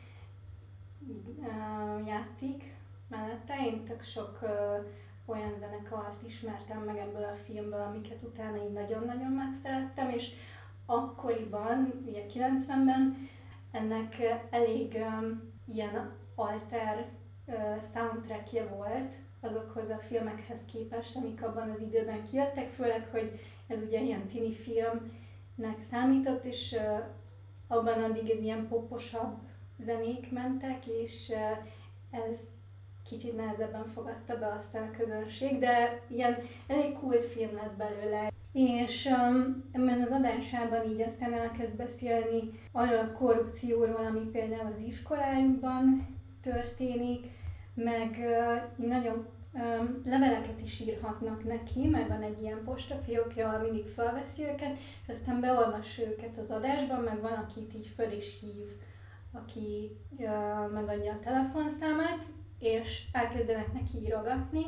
ö, játszik mellette. Én tök sok ö, olyan zenekart ismertem meg ebből a filmből, amiket utána így nagyon-nagyon megszerettem, és akkoriban, ugye kilencvenben ennek elég um, ilyen alter uh, soundtrackje volt azokhoz a filmekhez képest, amik abban az időben kijöttek, főleg, hogy ez ugye ilyen tini filmnek számított, és uh, abban addig ez ilyen poposabb zenék mentek, és uh, ez kicsit nehezebben fogadta be aztán a közönség, de ilyen elég kult film lett belőle. És um, ebben az adásában így aztán elkezd beszélni arról a korrupcióról, ami például az iskolájukban történik, meg uh, nagyon um, leveleket is írhatnak neki, mert van egy ilyen postafiókja, ahol mindig felveszi őket, és aztán beolvassa őket az adásban, meg van, akit így föl is hív, aki uh, megadja a telefonszámát, és elkezdenek neki írogatni,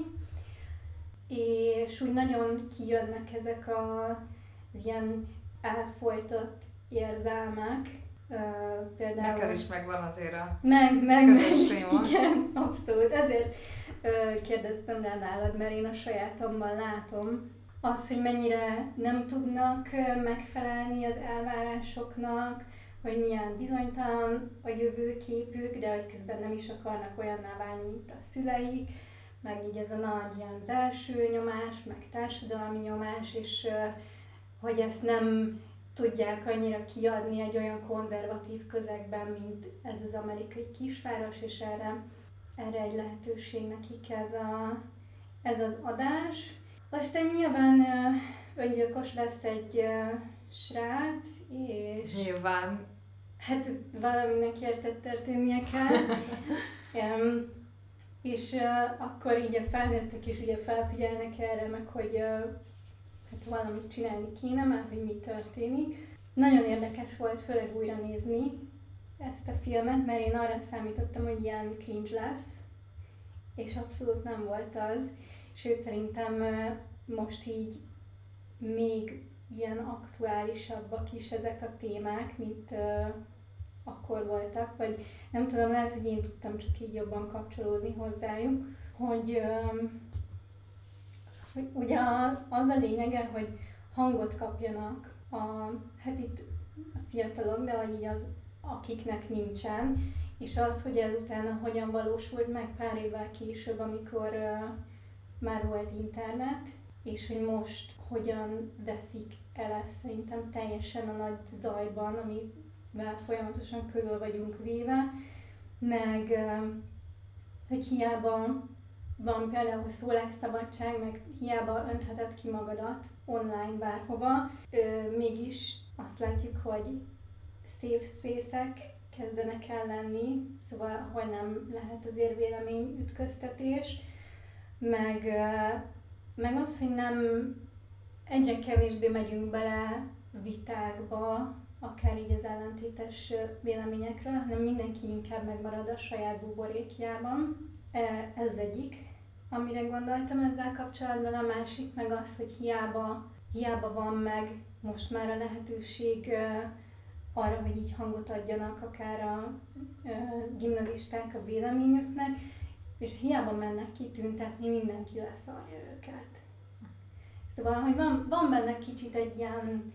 és úgy nagyon kijönnek ezek a, az ilyen elfojtott érzelmek. Uh, például... Neked is megvan azért a meg, meg, közös téma. Igen, abszolút. Ezért uh, kérdeztem rá nálad, mert én a sajátomban látom az, hogy mennyire nem tudnak megfelelni az elvárásoknak, hogy milyen bizonytalan a jövőképük, de hogy közben nem is akarnak olyanná válni, mint a szüleik, meg így ez a nagy ilyen belső nyomás, meg társadalmi nyomás, és hogy ezt nem tudják annyira kiadni egy olyan konzervatív közegben, mint ez az amerikai kisváros, és erre, erre egy lehetőség nekik ez, a, ez az adás. Aztán nyilván öngyilkos lesz egy srác, és... Nyilván. Hát valaminek érted történnie kell. um, és uh, akkor így a felnőttek is ugye felfigyelnek erre, meg hogy uh, hát valamit csinálni kéne már, hogy mi történik. Nagyon érdekes volt főleg újra nézni ezt a filmet, mert én arra számítottam, hogy ilyen cringe lesz, és abszolút nem volt az. Sőt, szerintem uh, most így még ilyen aktuálisabbak is ezek a témák, mint uh, akkor voltak, vagy nem tudom, lehet, hogy én tudtam csak így jobban kapcsolódni hozzájuk, hogy, um, hogy ugye az a lényege, hogy hangot kapjanak a, hát itt a fiatalok, de hogy így az, akiknek nincsen, és az, hogy ez utána hogyan valósult meg pár évvel később, amikor uh, már volt internet, és hogy most hogyan veszik el ezt szerintem teljesen a nagy zajban, amivel folyamatosan körül vagyunk véve, meg hogy hiába van például szólásszabadság, meg hiába öntheted ki magadat online bárhova, mégis azt látjuk, hogy safe space-ek kezdenek el lenni, szóval ahol nem lehet azért véleményütköztetés, meg Meg az, hogy nem egyre kevésbé megyünk bele vitákba, akár így az ellentétes véleményekről, hanem mindenki inkább megmarad a saját buborékjában. Ez egyik, amire gondoltam ezzel kapcsolatban. A másik meg az, hogy hiába, hiába van meg most már a lehetőség arra, hogy így hangot adjanak akár a gimnazisták a véleményüknek, és hiába mennek kitüntetni, mindenki leszarja őket. Szóval, hogy van, van benne kicsit egy ilyen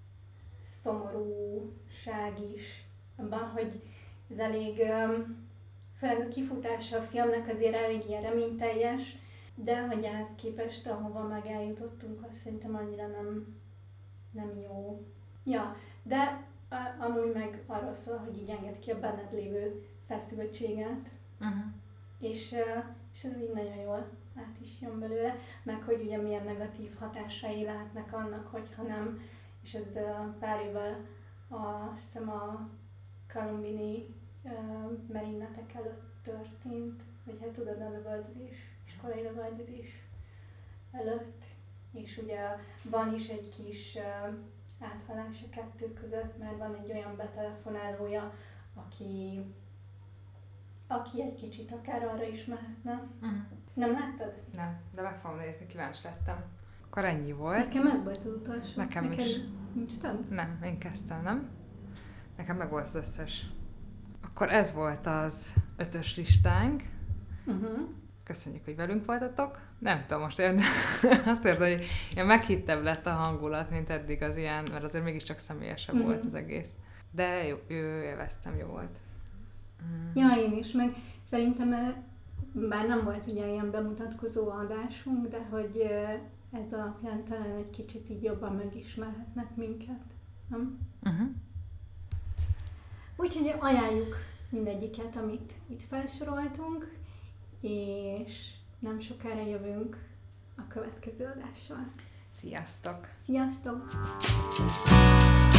szomorúság is, abban, hogy ez elég, főleg a kifutása a filmnek azért elég ilyen reményteljes, de hogy ehhez képest, ahova meg eljutottunk, azt szerintem annyira nem, nem jó. Ja, de amúgy meg arról szól, hogy így enged ki a benned lévő feszültséget. Uh-huh. És, és ez így nagyon jól át is jön belőle, meg hogy ugye milyen negatív hatásai lehetnek annak, hogyha nem, és ez pár évvel a, azt hiszem a Columbine merényletek előtt történt, vagy hát tudod, a lövöldözés, iskolai lövöldözés előtt, és ugye van is egy kis áthalás a kettő között, mert van egy olyan betelefonálója, aki aki egy kicsit akár arra is mehetne. Uh-huh. Nem láttad? Nem, de meg fogom nézni, kíváncsi lettem. Akkor ennyi volt. Nekem ez volt az utolsó. Nekem Neked is. Nincs több? Nem, én kezdtem, nem? Nekem meg volt az összes. Akkor ez volt az ötös listánk. Uh-huh. Köszönjük, hogy velünk voltatok. Nem tudom, most én azt érzem, hogy ilyen meghittebb lett a hangulat, mint eddig az ilyen, mert azért mégiscsak személyesebb mm-hmm. volt az egész. De jó, jó, élveztem, jó volt. Mm. Ja, én is, meg szerintem bár nem volt ugye ilyen bemutatkozó adásunk, de hogy ez alapján talán egy kicsit így jobban megismerhetnek minket, nem? Uh-huh. Úgyhogy ajánljuk mindegyiket, amit itt felsoroltunk, és nem sokára jövünk a következő adással. Sziasztok! Sziasztok!